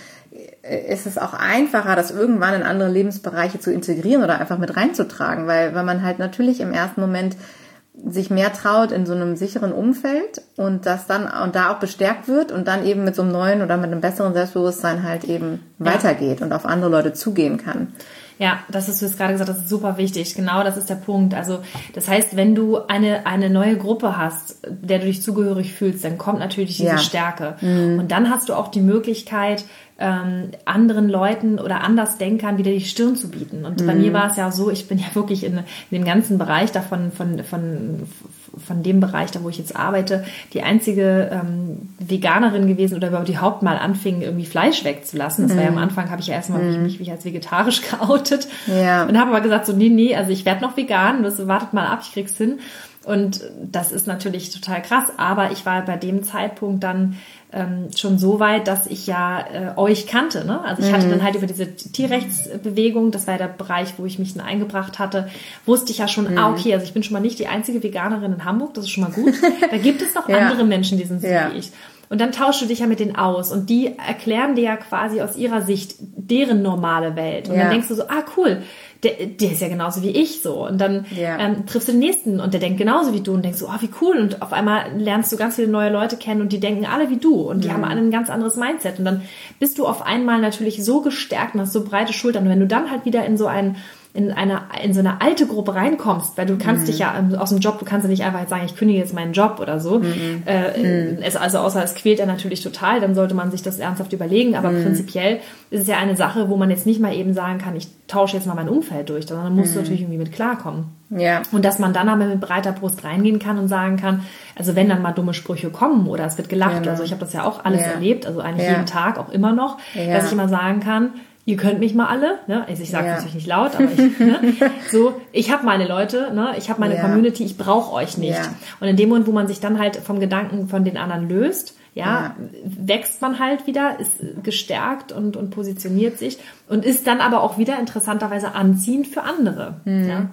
ist es auch einfacher, das irgendwann in andere Lebensbereiche zu integrieren oder einfach mit reinzutragen, weil, weil man halt natürlich im ersten Moment sich mehr traut in so einem sicheren Umfeld und das dann und da auch bestärkt wird und dann eben mit so einem neuen oder mit einem besseren Selbstbewusstsein halt eben ja. weitergeht und auf andere Leute zugehen kann. Ja, das hast du jetzt gerade gesagt, das ist super wichtig. Genau, das ist der Punkt. Also das heißt, wenn du eine eine neue Gruppe hast, der du dich zugehörig fühlst, dann kommt natürlich diese ja. Stärke. Mhm. Und dann hast du auch die Möglichkeit, ähm, anderen Leuten oder Andersdenkern wieder die Stirn zu bieten. Und mhm. bei mir war es ja so, ich bin ja wirklich in, in dem ganzen Bereich davon, von, von, von dem Bereich, da wo ich jetzt arbeite, die einzige ähm, Veganerin gewesen oder überhaupt die Haupt mal anfing, irgendwie Fleisch wegzulassen. Das mhm. war ja am Anfang, habe ich ja erstmal mhm. mich, mich als vegetarisch geoutet ja. und habe aber gesagt, so nee, nee, also ich werde noch vegan, das wartet mal ab, ich krieg's hin. Und das ist natürlich total krass, aber ich war bei dem Zeitpunkt dann ähm, schon so weit, dass ich ja äh, euch kannte. Ne? Also ich mhm. hatte dann halt über diese Tierrechtsbewegung, das war ja der Bereich, wo ich mich dann eingebracht hatte, wusste ich ja schon, mhm. ah, okay, also ich bin schon mal nicht die einzige Veganerin in Hamburg, das ist schon mal gut. Da gibt es noch ja. andere Menschen, die sind so ja. wie ich. Und dann tauschst du dich ja mit denen aus und die erklären dir ja quasi aus ihrer Sicht deren normale Welt. Und ja. dann denkst du so, ah, cool, der, der ist ja genauso wie ich so. Und dann ja. ähm, triffst du den nächsten und der denkt genauso wie du und denkst so, oh, wie cool. Und auf einmal lernst du ganz viele neue Leute kennen und die denken alle wie du und die ja. haben alle ein ganz anderes Mindset. Und dann bist du auf einmal natürlich so gestärkt und hast so breite Schultern. Und wenn du dann halt wieder in so ein in eine in so eine alte Gruppe reinkommst, weil du kannst mhm. dich ja aus dem Job, du kannst ja nicht einfach jetzt sagen, ich kündige jetzt meinen Job oder so. Mhm. Äh, mhm. es, also außer es quält ja natürlich total, dann sollte man sich das ernsthaft überlegen, aber mhm. prinzipiell ist es ja eine Sache, wo man jetzt nicht mal eben sagen kann, ich tausche jetzt mal mein Umfeld durch, sondern man muss mhm. natürlich irgendwie mit klarkommen. Ja. Und dass man dann aber mit breiter Brust reingehen kann und sagen kann, also wenn dann mal dumme Sprüche kommen oder es wird gelacht, genau. also ich habe das ja auch alles ja. erlebt, also eigentlich ja. jeden Tag, auch immer noch, ja. dass ich immer sagen kann, ihr könnt mich mal alle, ne? Also ich sage ja. natürlich nicht laut, aber ich, ne? so, ich habe meine Leute, ne? Ich habe meine ja. Community, ich brauche euch nicht. Ja. Und in dem Moment, wo man sich dann halt vom Gedanken von den anderen löst, ja, ja, wächst man halt wieder, ist gestärkt und, und positioniert sich und ist dann aber auch wieder interessanterweise anziehend für andere. Mhm. Ja?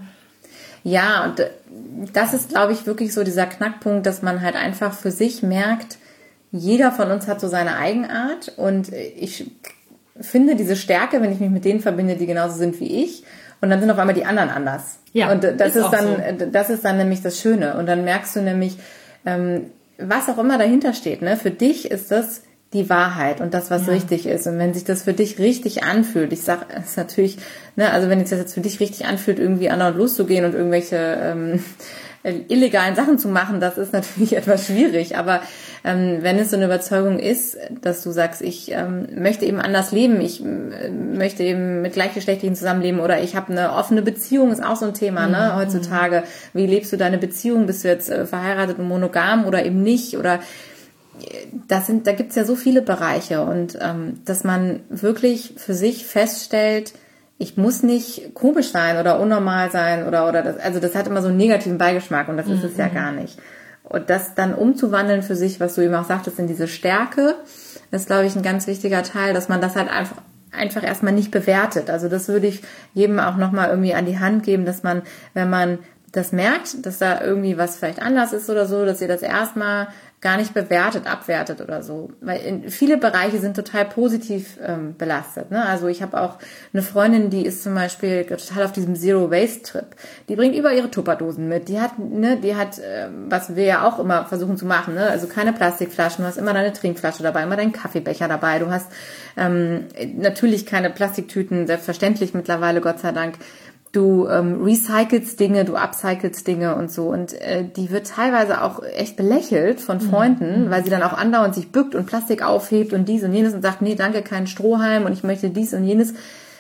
Ja, und das ist, glaube ich, wirklich so dieser Knackpunkt, dass man halt einfach für sich merkt, jeder von uns hat so seine Eigenart und ich finde diese Stärke, wenn ich mich mit denen verbinde, die genauso sind wie ich, und dann sind auf einmal die anderen anders. Ja, und das ist, ist dann, so. das ist dann nämlich das Schöne. Und dann merkst du nämlich, ähm, was auch immer dahinter steht, ne? Für dich ist das die Wahrheit und das, was ja. richtig ist. Und wenn sich das für dich richtig anfühlt, ich sag, es ist natürlich, ne, also wenn sich das jetzt für dich richtig anfühlt, irgendwie andauernd loszugehen und irgendwelche ähm, illegalen Sachen zu machen, das ist natürlich etwas schwierig. Aber ähm, wenn es so eine Überzeugung ist, dass du sagst, ich ähm, möchte eben anders leben, ich äh, möchte eben mit Gleichgeschlechtlichen zusammenleben oder ich habe eine offene Beziehung, ist auch so ein Thema, mhm. ne, heutzutage. Wie lebst du deine Beziehung? Bist du jetzt äh, verheiratet und monogam oder eben nicht? Oder das sind, da gibt's ja so viele Bereiche und ähm, dass man wirklich für sich feststellt, ich muss nicht komisch sein oder unnormal sein oder oder das, also das hat immer so einen negativen Beigeschmack und das ist mhm. es ja gar nicht. Und das dann umzuwandeln für sich, was du eben auch sagtest, in diese Stärke, ist, glaube ich, ein ganz wichtiger Teil, dass man das halt einfach einfach erstmal nicht bewertet. Also das würde ich jedem auch nochmal irgendwie an die Hand geben, dass man, wenn man das merkt, dass da irgendwie was vielleicht anders ist oder so, dass ihr das erstmal gar nicht bewertet, abwertet oder so. Weil in, viele Bereiche sind total positiv ähm, belastet. Ne? Also ich habe auch eine Freundin, die ist zum Beispiel total auf diesem Zero-Waste-Trip. Die bringt über ihre Tupperdosen mit. Die hat, ne, die hat, äh, was wir ja auch immer versuchen zu machen, ne? Also keine Plastikflaschen, du hast immer deine Trinkflasche dabei, immer deinen Kaffeebecher dabei. Du hast ähm, natürlich keine Plastiktüten, selbstverständlich mittlerweile, Gott sei Dank. Du ähm, recycelst Dinge, du upcycelst Dinge und so. Und äh, die wird teilweise auch echt belächelt von Freunden, mhm. weil sie dann auch andauernd sich bückt und Plastik aufhebt und dies und jenes und sagt, nee, danke, kein Strohhalm und ich möchte dies und jenes.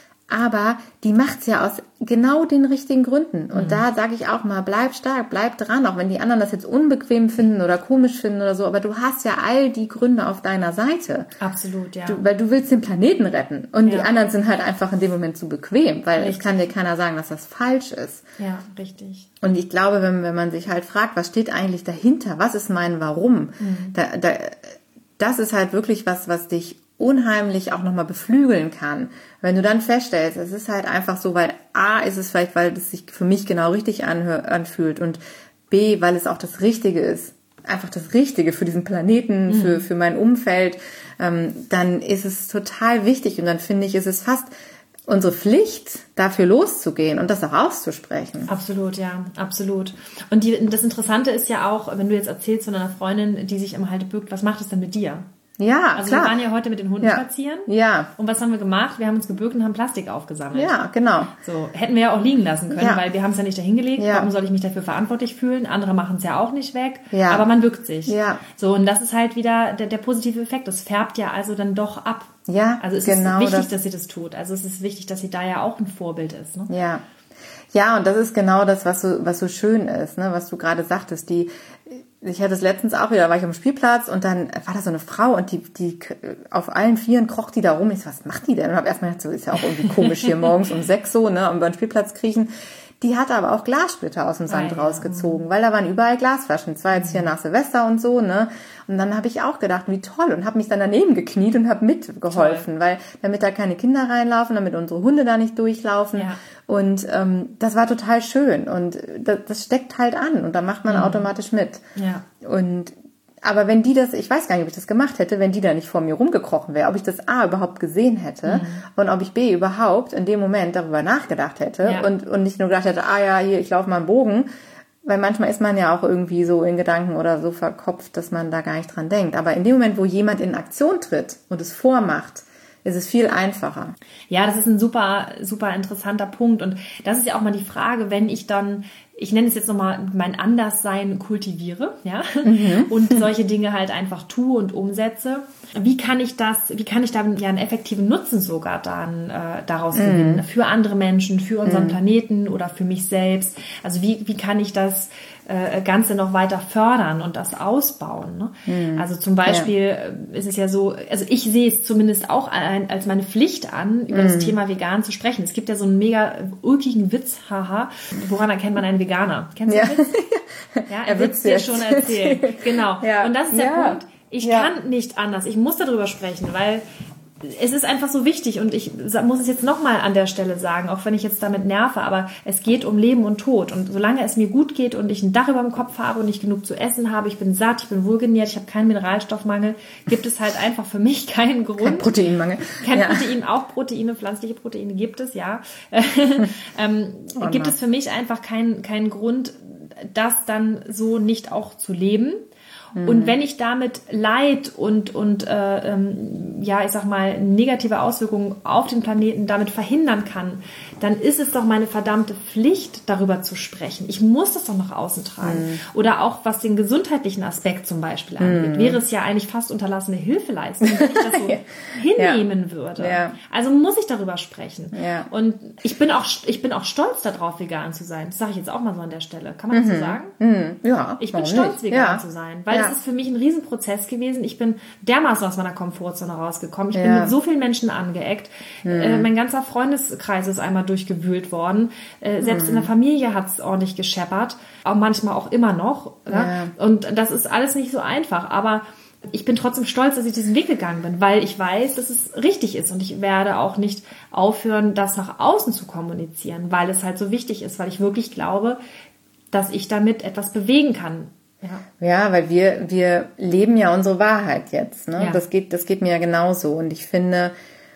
Aber die macht's ja aus genau den richtigen Gründen. Und mhm. da sage ich auch mal, bleib stark, bleib dran, auch wenn die anderen das jetzt unbequem finden oder komisch finden oder so. Aber du hast ja all die Gründe auf deiner Seite. Absolut, ja. Du, weil du willst den Planeten retten. Und ja. die anderen sind halt einfach in dem Moment zu bequem, weil richtig. Es kann dir keiner sagen, dass das falsch ist. Ja, richtig. Und ich glaube, wenn, wenn man sich halt fragt, was steht eigentlich dahinter? Was ist mein Warum? Mhm. Da, da, das ist halt wirklich was, was dich unheimlich auch nochmal beflügeln kann. Wenn du dann feststellst, es ist halt einfach so, weil A, ist es vielleicht, weil es sich für mich genau richtig anhör, anfühlt und B, weil es auch das Richtige ist. Einfach das Richtige für diesen Planeten, mhm. für, für mein Umfeld. Ähm, dann ist es total wichtig und dann finde ich, ist es fast unsere Pflicht, dafür loszugehen und das auch auszusprechen. Absolut, ja, absolut. Und die, das Interessante ist ja auch, wenn du jetzt erzählst von einer Freundin, die sich immer halt bückt, was macht es denn mit dir? Ja, also klar. wir waren ja heute mit den Hunden ja. spazieren. Ja. Und was haben wir gemacht? Wir haben uns gebückt und haben Plastik aufgesammelt. Ja, genau. So, hätten wir ja auch liegen lassen können, ja. weil wir haben es ja nicht dahingelegt. Ja. Warum soll ich mich dafür verantwortlich fühlen? Andere machen es ja auch nicht weg. Ja. Aber man bückt sich. Ja. So, und das ist halt wieder der, der positive Effekt. Das färbt ja also dann doch ab. Ja, also es genau ist wichtig, das. dass sie das tut. Also es ist wichtig, dass sie da ja auch ein Vorbild ist. Ne? Ja. Ja, und das ist genau das, was so, was so schön ist, ne, was du gerade sagtest. Die, ich hatte es letztens auch wieder, da war ich am Spielplatz und dann war da so eine Frau und die, die auf allen Vieren kroch die da rum. Ich so, was macht die denn? Und habe erstmal gedacht, so ist ja auch irgendwie komisch hier morgens um sechs so, ne, über den Spielplatz kriechen. Die hatte aber auch Glassplitter aus dem Sand ah, rausgezogen, ja. weil da waren überall Glasflaschen. Es war jetzt hier nach Silvester und so, ne? Und dann habe ich auch gedacht, wie toll, und habe mich dann daneben gekniet und habe mitgeholfen, toll. Weil damit da keine Kinder reinlaufen, damit unsere Hunde da nicht durchlaufen. Ja. Und ähm, das war total schön und das, das steckt halt an und da macht man mhm. automatisch mit. Ja. Und aber wenn die das, ich weiß gar nicht, ob ich das gemacht hätte, wenn die da nicht vor mir rumgekrochen wäre, ob ich das A überhaupt gesehen hätte mhm. und ob ich B überhaupt in dem Moment darüber nachgedacht hätte ja. und, und nicht nur gedacht hätte, ah ja, hier, ich laufe mal einen Bogen, weil manchmal ist man ja auch irgendwie so in Gedanken oder so verkopft, dass man da gar nicht dran denkt. Aber in dem Moment, wo jemand in Aktion tritt und es vormacht, ist es viel einfacher. Ja, das ist ein super, super interessanter Punkt. Und das ist ja auch mal die Frage, wenn ich dann, ich nenne es jetzt nochmal, mein Anderssein kultiviere, ja, mhm. und solche Dinge halt einfach tue und umsetze. Wie kann ich das, wie kann ich da ja einen effektiven Nutzen sogar dann äh, daraus mhm. gewinnen? Für andere Menschen, für unseren mhm. Planeten oder für mich selbst? Also wie, wie kann ich das äh, Ganze noch weiter fördern und das ausbauen? Ne? Mhm. Also zum Beispiel ja. ist es ja so, also ich sehe es zumindest auch ein, als meine Pflicht an, über mhm. das Thema vegan zu sprechen. Es gibt ja so einen mega ulkigen Witz, haha, woran erkennt man einen Veganer? Kennst du ja. den Witz? Ja, er wird es dir schon erzählen. Genau. Ja. Und das ist der ja. Punkt. Ich ja. kann nicht anders. Ich muss darüber sprechen, weil es ist einfach so wichtig und ich muss es jetzt nochmal an der Stelle sagen, auch wenn ich jetzt damit nerve, aber es geht um Leben und Tod und solange es mir gut geht und ich ein Dach über dem Kopf habe und ich genug zu essen habe, ich bin satt, ich bin wohlgenährt, ich habe keinen Mineralstoffmangel, gibt es halt einfach für mich keinen Grund. Kein Proteinmangel. Kein ja. Protein, auch Proteine, pflanzliche Proteine gibt es, ja. ähm, oh gibt es für mich einfach keinen keinen Grund, das dann so nicht auch zu leben. Und wenn ich damit Leid und und äh, ähm, ja, ich sag mal negative Auswirkungen auf den Planeten damit verhindern kann, dann ist es doch meine verdammte Pflicht, darüber zu sprechen. Ich muss das doch nach außen tragen. Mm. Oder auch was den gesundheitlichen Aspekt zum Beispiel angeht, mm. wäre es ja eigentlich fast unterlassene Hilfeleistung, wenn ich das so ja. hinnehmen ja. würde. Ja. Also muss ich darüber sprechen. Ja. Und ich bin auch ich bin auch stolz darauf, vegan zu sein. Das sage ich jetzt auch mal so an der Stelle. Kann man das mhm. so sagen? Mhm. Ja. Ich bin stolz, nicht? vegan ja. zu sein, weil ja. das ist für mich ein Riesenprozess gewesen. Ich bin dermaßen aus meiner Komfortzone rausgekommen. Ich ja. bin mit so vielen Menschen angeeckt. Mhm. Äh, mein ganzer Freundeskreis ist einmal durchgewühlt worden. Äh, selbst mhm. in der Familie hat es ordentlich gescheppert. Auch manchmal auch immer noch. Ja. Ja. Und das ist alles nicht so einfach. Aber ich bin trotzdem stolz, dass ich diesen Weg gegangen bin, weil ich weiß, dass es richtig ist. Und ich werde auch nicht aufhören, das nach außen zu kommunizieren, weil es halt so wichtig ist, weil ich wirklich glaube, dass ich damit etwas bewegen kann. Ja, ja, weil wir, wir leben ja unsere Wahrheit jetzt. Ne? Ja. Das geht, das geht mir ja genauso. Und ich finde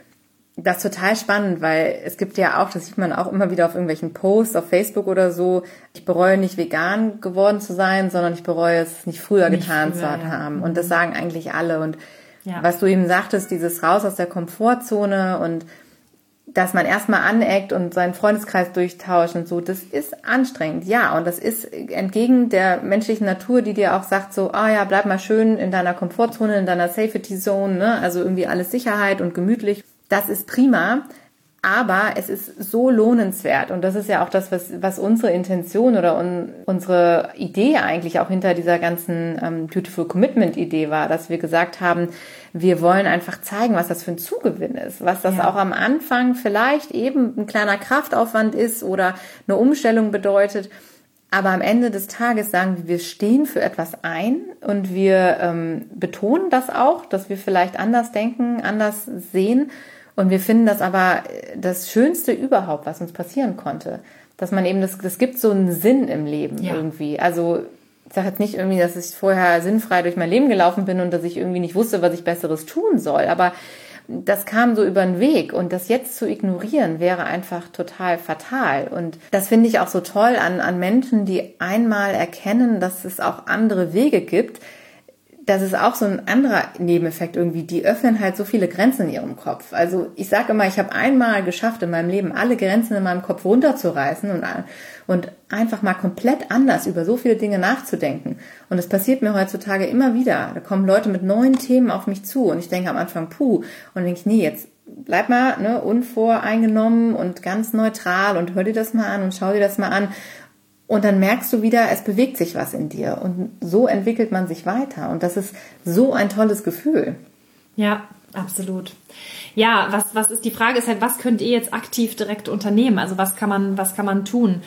das total spannend, weil es gibt ja auch, das sieht man auch immer wieder auf irgendwelchen Posts auf Facebook oder so, ich bereue nicht vegan geworden zu sein, sondern ich bereue es nicht früher nicht getan früher, zu ja. haben. Und das sagen eigentlich alle. Und ja. was du eben sagtest, dieses raus aus der Komfortzone und dass man erstmal aneckt und seinen Freundeskreis durchtauscht und so, das ist anstrengend, ja. Und das ist entgegen der menschlichen Natur, die dir auch sagt so, ah ja, bleib mal schön in deiner Komfortzone, in deiner Safety Zone, ne? Also irgendwie alles Sicherheit und gemütlich. Das ist prima, aber es ist so lohnenswert. Und das ist ja auch das, was, was unsere Intention oder un, unsere Idee eigentlich auch hinter dieser ganzen ähm, Beautiful Commitment Idee war, dass wir gesagt haben, wir wollen einfach zeigen, was das für ein Zugewinn ist, was das ja. auch am Anfang vielleicht eben ein kleiner Kraftaufwand ist oder eine Umstellung bedeutet. Aber am Ende des Tages sagen wir, wir stehen für etwas ein und wir ähm, betonen das auch, dass wir vielleicht anders denken, anders sehen. Und wir finden das aber das Schönste überhaupt, was uns passieren konnte. Dass man eben, das, das gibt so einen Sinn im Leben ja. irgendwie. Also ich sage jetzt nicht irgendwie, dass ich vorher sinnfrei durch mein Leben gelaufen bin und dass ich irgendwie nicht wusste, was ich Besseres tun soll. Aber das kam so über den Weg und das jetzt zu ignorieren wäre einfach total fatal. Und das finde ich auch so toll an, an Menschen, die einmal erkennen, dass es auch andere Wege gibt. Das ist auch so ein anderer Nebeneffekt irgendwie. Die öffnen halt so viele Grenzen in ihrem Kopf. Also ich sage immer, ich habe einmal geschafft, in meinem Leben alle Grenzen in meinem Kopf runterzureißen und, und einfach mal komplett anders über so viele Dinge nachzudenken. Und es passiert mir heutzutage immer wieder. Da kommen Leute mit neuen Themen auf mich zu und ich denke am Anfang, puh. Und dann denke ich, nee, jetzt bleib mal ne, unvoreingenommen und ganz neutral und hör dir das mal an und schau dir das mal an. Und dann merkst du wieder, es bewegt sich was in dir. Und so entwickelt man sich weiter. Und das ist so ein tolles Gefühl. Ja, absolut. Ja, was, was ist die Frage ist halt, was könnt ihr jetzt aktiv direkt unternehmen? Also was kann man, was kann man tun?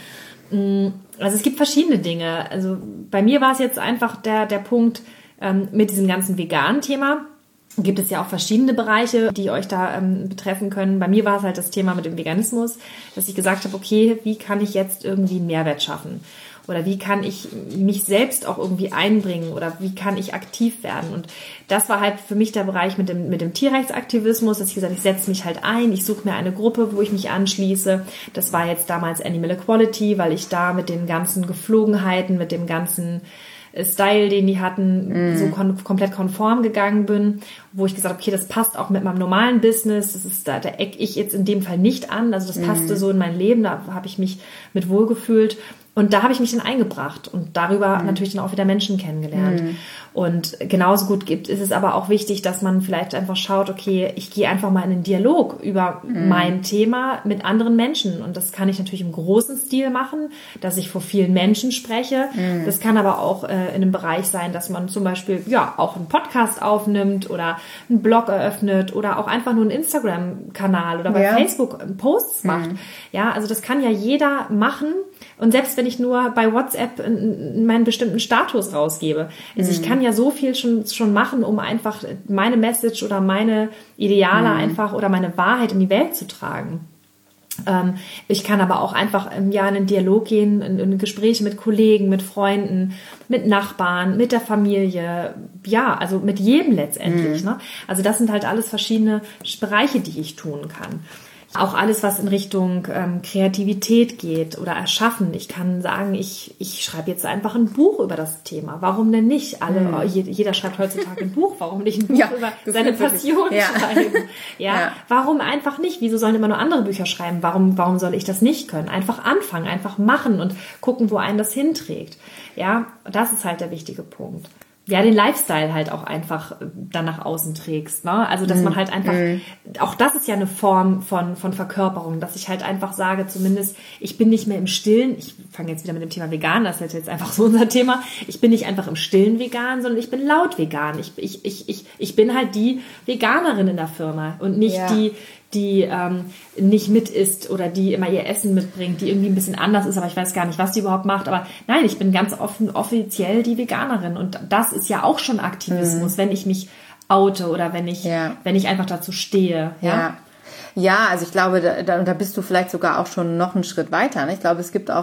Also es gibt verschiedene Dinge. Also bei mir war es jetzt einfach der, der Punkt ähm, mit diesem ganzen veganen Thema. Gibt es ja auch verschiedene Bereiche, die euch da ähm, betreffen können. Bei mir war es halt das Thema mit dem Veganismus, dass ich gesagt habe, okay, wie kann ich jetzt irgendwie einen Mehrwert schaffen? Oder wie kann ich mich selbst auch irgendwie einbringen? Oder wie kann ich aktiv werden? Und das war halt für mich der Bereich mit dem, mit dem Tierrechtsaktivismus, dass ich gesagt habe, ich setze mich halt ein, ich suche mir eine Gruppe, wo ich mich anschließe. Das war jetzt damals Animal Equality, weil ich da mit den ganzen Geflogenheiten, mit dem ganzen Style, den die hatten, mm. so kon- komplett konform gegangen bin, wo ich gesagt habe, okay, das passt auch mit meinem normalen Business, das ist da, da eck ich jetzt in dem Fall nicht an, also das passte mm. so in mein Leben, da habe ich mich mit wohlgefühlt und da habe ich mich dann eingebracht und darüber mm. natürlich dann auch wieder Menschen kennengelernt. Mm. Und genauso gut gibt, ist es aber auch wichtig, dass man vielleicht einfach schaut, okay, ich gehe einfach mal in den Dialog über mm. mein Thema mit anderen Menschen. Und das kann ich natürlich im großen Stil machen, dass ich vor vielen Menschen spreche. Mm. Das kann aber auch äh, in einem Bereich sein, dass man zum Beispiel ja auch einen Podcast aufnimmt oder einen Blog eröffnet oder auch einfach nur einen Instagram-Kanal oder bei ja. Facebook Posts macht. Mm. Ja, also das kann ja jeder machen. Und selbst wenn ich nur bei WhatsApp meinen bestimmten Status rausgebe. Also ich kann ja so viel schon, schon machen, um einfach meine Message oder meine Ideale mhm. einfach oder meine Wahrheit in die Welt zu tragen. Ähm, ich kann aber auch einfach im Jahr in einen Dialog gehen, in, in Gespräche mit Kollegen, mit Freunden, mit Nachbarn, mit der Familie. Ja, also mit jedem letztendlich. Mhm. Ne? Also das sind halt alles verschiedene Bereiche, die ich tun kann. Auch alles, was in Richtung ähm, Kreativität geht oder Erschaffen. Ich kann sagen, ich, ich schreibe jetzt einfach ein Buch über das Thema. Warum denn nicht? Alle, mhm. jeder schreibt heutzutage ein Buch. Warum nicht ein Buch ja, über seine Passion ja. schreiben? Ja, ja, warum einfach nicht? Wieso sollen immer nur andere Bücher schreiben? Warum, warum soll ich das nicht können? Einfach anfangen, einfach machen und gucken, wo einen das hinträgt. Ja, das ist halt der wichtige Punkt. Ja, den Lifestyle halt auch einfach dann nach außen trägst, ne? Also, dass mm. man halt einfach, mm. auch das ist ja eine Form von, von Verkörperung, dass ich halt einfach sage, zumindest, ich bin nicht mehr im Stillen, ich fange jetzt wieder mit dem Thema vegan, das ist jetzt einfach so unser Thema, ich bin nicht einfach im Stillen vegan, sondern ich bin laut vegan. Ich, ich, ich, ich, ich bin halt die Veganerin in der Firma und nicht ja. die, die ähm, nicht mit isst oder die immer ihr Essen mitbringt, die irgendwie ein bisschen anders ist, aber ich weiß gar nicht, was die überhaupt macht. Aber nein, ich bin ganz offen offiziell die Veganerin und das ist ja auch schon Aktivismus, mhm. wenn ich mich oute oder wenn ich, ja. wenn ich einfach dazu stehe. Ja, ja. ja also ich glaube, da, da bist du vielleicht sogar auch schon noch einen Schritt weiter. Ne? Ich glaube, es gibt auch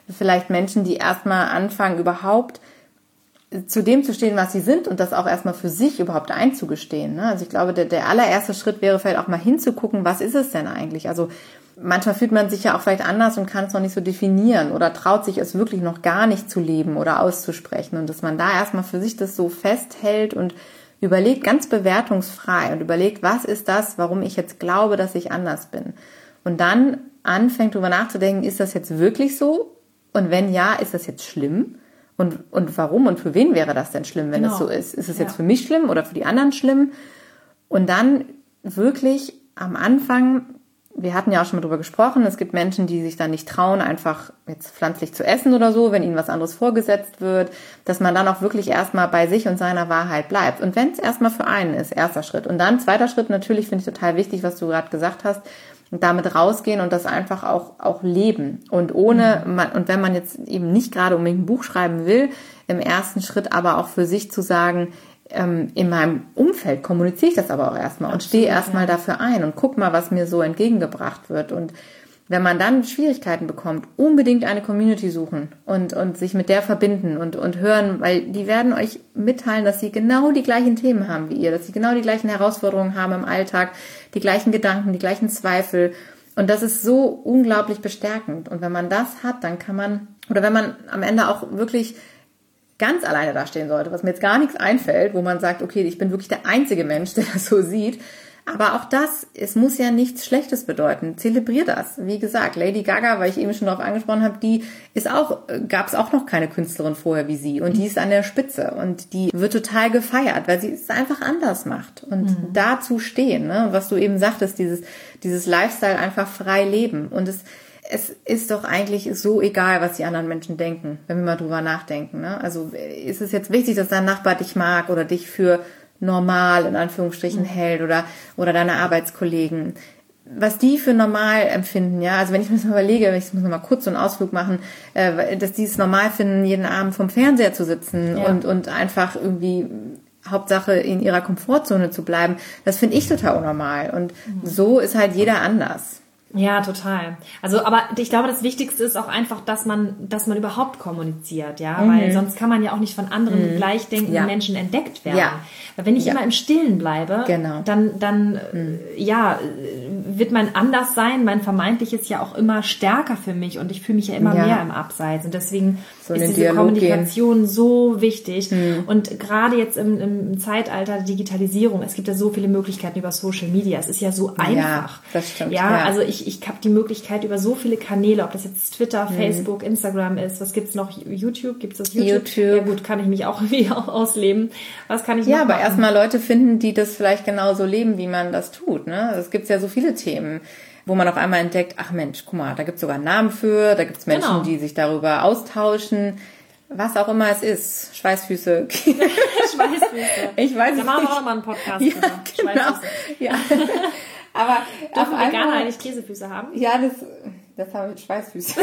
vielleicht Menschen, die erstmal anfangen, überhaupt zu dem zu stehen, was sie sind und das auch erstmal für sich überhaupt einzugestehen. Ne? Also ich glaube, der, der allererste Schritt wäre vielleicht auch mal hinzugucken, was ist es denn eigentlich? Also manchmal fühlt man sich ja auch vielleicht anders und kann es noch nicht so definieren oder traut sich es wirklich noch gar nicht zu leben oder auszusprechen und dass man da erstmal für sich das so festhält und überlegt, ganz bewertungsfrei und überlegt, was ist das, warum ich jetzt glaube, dass ich anders bin? Und dann anfängt darüber nachzudenken, ist das jetzt wirklich so? Und wenn ja, ist das jetzt schlimm? Und, und warum und für wen wäre das denn schlimm, wenn genau. es so ist? Ist es ja. jetzt für mich schlimm oder für die anderen schlimm? Und dann wirklich am Anfang, wir hatten ja auch schon mal drüber gesprochen, es gibt Menschen, die sich dann nicht trauen, einfach jetzt pflanzlich zu essen oder so, wenn ihnen was anderes vorgesetzt wird, dass man dann auch wirklich erstmal bei sich und seiner Wahrheit bleibt. Und wenn es erstmal für einen ist, erster Schritt. Und dann zweiter Schritt, natürlich finde ich total wichtig, was du gerade gesagt hast, und damit rausgehen und das einfach auch auch leben und ohne man, und wenn man jetzt eben nicht gerade unbedingt ein Buch schreiben will, im ersten Schritt aber auch für sich zu sagen, ähm, in meinem Umfeld kommuniziere ich das aber auch erstmal und stehe erstmal ja. dafür ein und guck mal, was mir so entgegengebracht wird. Und wenn man dann Schwierigkeiten bekommt, unbedingt eine Community suchen und und sich mit der verbinden und und hören, weil die werden euch mitteilen, dass sie genau die gleichen Themen haben wie ihr, dass sie genau die gleichen Herausforderungen haben im Alltag, die gleichen Gedanken, die gleichen Zweifel. Und das ist so unglaublich bestärkend. Und wenn man das hat, dann kann man, oder wenn man am Ende auch wirklich ganz alleine dastehen sollte, was mir jetzt gar nichts einfällt, wo man sagt, okay, ich bin wirklich der einzige Mensch, der das so sieht. Aber auch das, es muss ja nichts Schlechtes bedeuten. Zelebrier das. Wie gesagt, Lady Gaga, weil ich eben schon darauf angesprochen habe, die ist auch, gab es auch noch keine Künstlerin vorher wie sie. Und die ist an der Spitze. Und die wird total gefeiert, weil sie es einfach anders macht. Und mhm. dazu stehen, ne? Was du eben sagtest, dieses, dieses Lifestyle einfach frei leben. Und es, es ist doch eigentlich so egal, was die anderen Menschen denken, wenn wir mal drüber nachdenken, ne? Also ist es jetzt wichtig, dass dein Nachbar dich mag oder dich für normal in Anführungsstrichen mhm. hält oder oder deine Arbeitskollegen, was die für normal empfinden, ja, also wenn ich mir das mal überlege, ich muss noch mal kurz so einen Ausflug machen, äh, dass die es normal finden, jeden Abend vom Fernseher zu sitzen ja. und und einfach irgendwie Hauptsache in ihrer Komfortzone zu bleiben, das finde ich total unnormal und mhm. so ist halt jeder anders. Ja, total. Also, aber ich glaube, das Wichtigste ist auch einfach, dass man, dass man überhaupt kommuniziert, ja, mhm. weil sonst kann man ja auch nicht von anderen mhm. gleichdenkenden ja. Menschen entdeckt werden. Ja. Weil wenn ich ja. immer im Stillen bleibe, genau. dann, dann, mhm. ja, wird mein Anderssein, mein vermeintliches ja auch immer stärker für mich und ich fühle mich ja immer ja. mehr im Abseits und deswegen so ist diese Dialog Kommunikation gehen. So wichtig mhm. und gerade jetzt im, im Zeitalter der Digitalisierung, es gibt ja so viele Möglichkeiten über Social Media, es ist ja so einfach. Ja, das stimmt. Ja, ja. also ich, ich habe die Möglichkeit über so viele Kanäle, ob das jetzt Twitter, mhm. Facebook, Instagram ist, was gibt's noch? YouTube? Gibt's das YouTube? YouTube. Ja gut, kann ich mich auch irgendwie ausleben. Was kann ich noch Ja, aber machen? erstmal Leute finden, die das vielleicht genauso leben, wie man das tut, ne? Es gibt ja so viele Themen, wo man auf einmal entdeckt, ach Mensch, guck mal, da gibt's sogar einen Namen für, da gibt's Menschen, genau. die sich darüber austauschen. Was auch immer es ist. Schweißfüße. Schweißfüße. Ich weiß da machen wir auch mal einen Podcast ja, drüber. Genau. Schweißfüße. Ja. Aber dürfen Veganer eigentlich Käsefüße haben? Ja, das, das haben wir mit Schweißfüßen.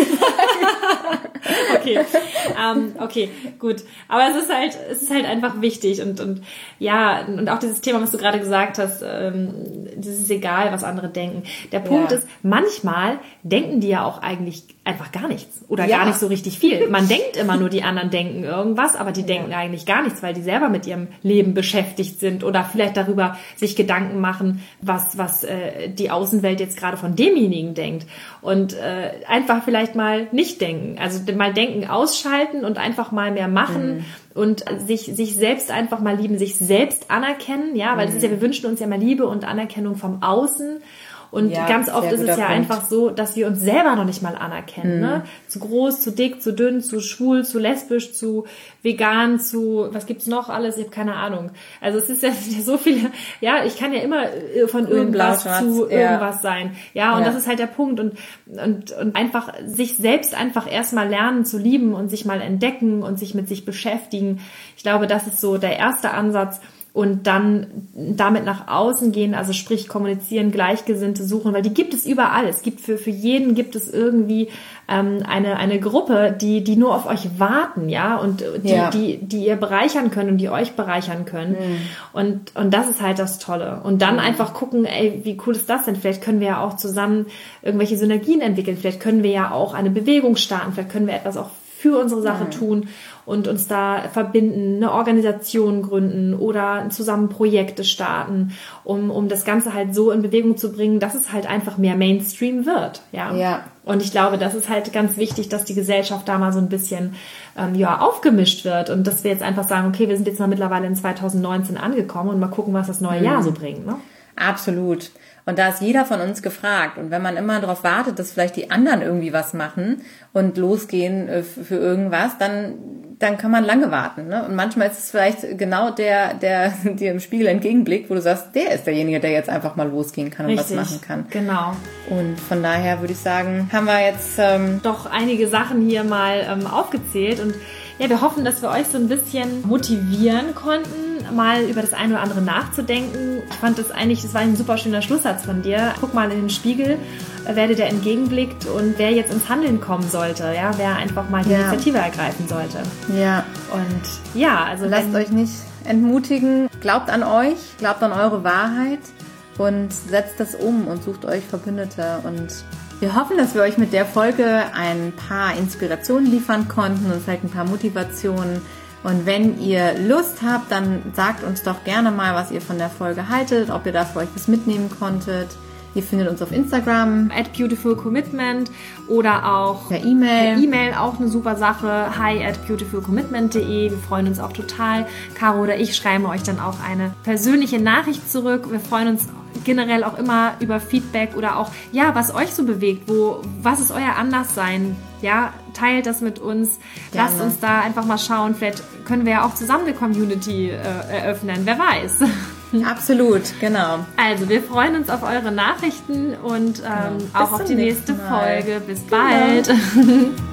Okay, ähm, okay, gut. Aber es ist halt, es ist halt einfach wichtig und und ja und auch dieses Thema, was du gerade gesagt hast, ähm, das ist egal, was andere denken. Der Punkt ja. ist, manchmal denken die ja auch eigentlich einfach gar nichts oder ja. gar nicht so richtig viel. Man denkt immer nur, die anderen denken irgendwas, aber die ja. denken eigentlich gar nichts, weil die selber mit ihrem Leben beschäftigt sind oder vielleicht darüber sich Gedanken machen, was was äh, die Außenwelt jetzt gerade von demjenigen denkt und äh, einfach vielleicht mal nicht denken. Also mal denken, ausschalten und einfach mal mehr machen mhm. und sich sich selbst einfach mal lieben, sich selbst anerkennen, ja, weil mhm. das ist ja, wir wünschen uns ja mal Liebe und Anerkennung vom Außen. Und ja, ganz oft ist es ja Punkt. einfach so, dass wir uns selber noch nicht mal anerkennen. Mhm. Ne? Zu groß, zu dick, zu dünn, zu schwul, zu lesbisch, zu vegan, zu, was gibt's noch alles? Ich habe keine Ahnung. Also es ist ja so viele, ja, ich kann ja immer von Grün, irgendwas Blau, zu ja. irgendwas sein. Ja, und ja. das ist halt der Punkt. Und, und, und einfach sich selbst einfach erstmal lernen zu lieben und sich mal entdecken und sich mit sich beschäftigen. Ich glaube, das ist so der erste Ansatz. und dann damit nach außen gehen, also sprich kommunizieren, Gleichgesinnte suchen, weil die gibt es überall. Es gibt für, für jeden gibt es irgendwie ähm, eine, eine Gruppe, die, die nur auf euch warten, ja, und die, ja. die, die ihr bereichern könnt und die euch bereichern können. Mhm. Und, und das ist halt das Tolle. Und dann mhm. einfach gucken, ey, wie cool ist das denn? Vielleicht können wir ja auch zusammen irgendwelche Synergien entwickeln. Vielleicht können wir ja auch eine Bewegung starten. Vielleicht können wir etwas auch für unsere Sache mhm. tun und uns da verbinden, eine Organisation gründen oder zusammen Projekte starten, um, um das Ganze halt so in Bewegung zu bringen, dass es halt einfach mehr Mainstream wird. Ja. ja. Und ich glaube, das ist halt ganz wichtig, dass die Gesellschaft da mal so ein bisschen ähm, ja, aufgemischt wird und dass wir jetzt einfach sagen, okay, wir sind jetzt mal mittlerweile in zwanzig neunzehn angekommen und mal gucken, was das neue mhm. Jahr so bringt. Ne? Absolut. Und da ist jeder von uns gefragt. Und wenn man immer darauf wartet, dass vielleicht die anderen irgendwie was machen und losgehen für irgendwas, dann, dann kann man lange warten. Ne? Und manchmal ist es vielleicht genau der, der dir im Spiegel entgegenblickt, wo du sagst, der ist derjenige, der jetzt einfach mal losgehen kann und Richtig, was machen kann. Genau. Und von daher würde ich sagen, haben wir jetzt ähm, doch einige Sachen hier mal ähm, aufgezählt. Und ja, wir hoffen, dass wir euch so ein bisschen motivieren konnten, mal über das eine oder andere nachzudenken. Ich fand das eigentlich, das war ein super schöner Schlusssatz von dir. Guck mal in den Spiegel, wer dir da entgegenblickt und wer jetzt ins Handeln kommen sollte, ja, wer einfach mal die ja. Initiative ergreifen sollte. Ja. Und ja, also lasst euch nicht entmutigen, glaubt an euch, glaubt an eure Wahrheit und setzt das um und sucht euch Verbündete. Und wir hoffen, dass wir euch mit der Folge ein paar Inspirationen liefern konnten und vielleicht ein paar Motivationen. Und wenn ihr Lust habt, dann sagt uns doch gerne mal, was ihr von der Folge haltet, ob ihr da für euch was mitnehmen konntet. Ihr findet uns auf Instagram at beautiful commitment oder auch per E-Mail. Per E-Mail auch eine super Sache. hi at beautiful commitment dot de. Wir freuen uns auch total. Caro oder ich schreiben euch dann auch eine persönliche Nachricht zurück. Wir freuen uns generell auch immer über Feedback oder auch, ja, was euch so bewegt, wo, was ist euer Anderssein? Ja, teilt das mit uns. Gerne. Lasst uns da einfach mal schauen. Vielleicht können wir ja auch zusammen eine Community äh, eröffnen. Wer weiß. Absolut, genau. Also, wir freuen uns auf eure Nachrichten und ähm, auch auf die nächste Mal. Folge. Bis genau. bald.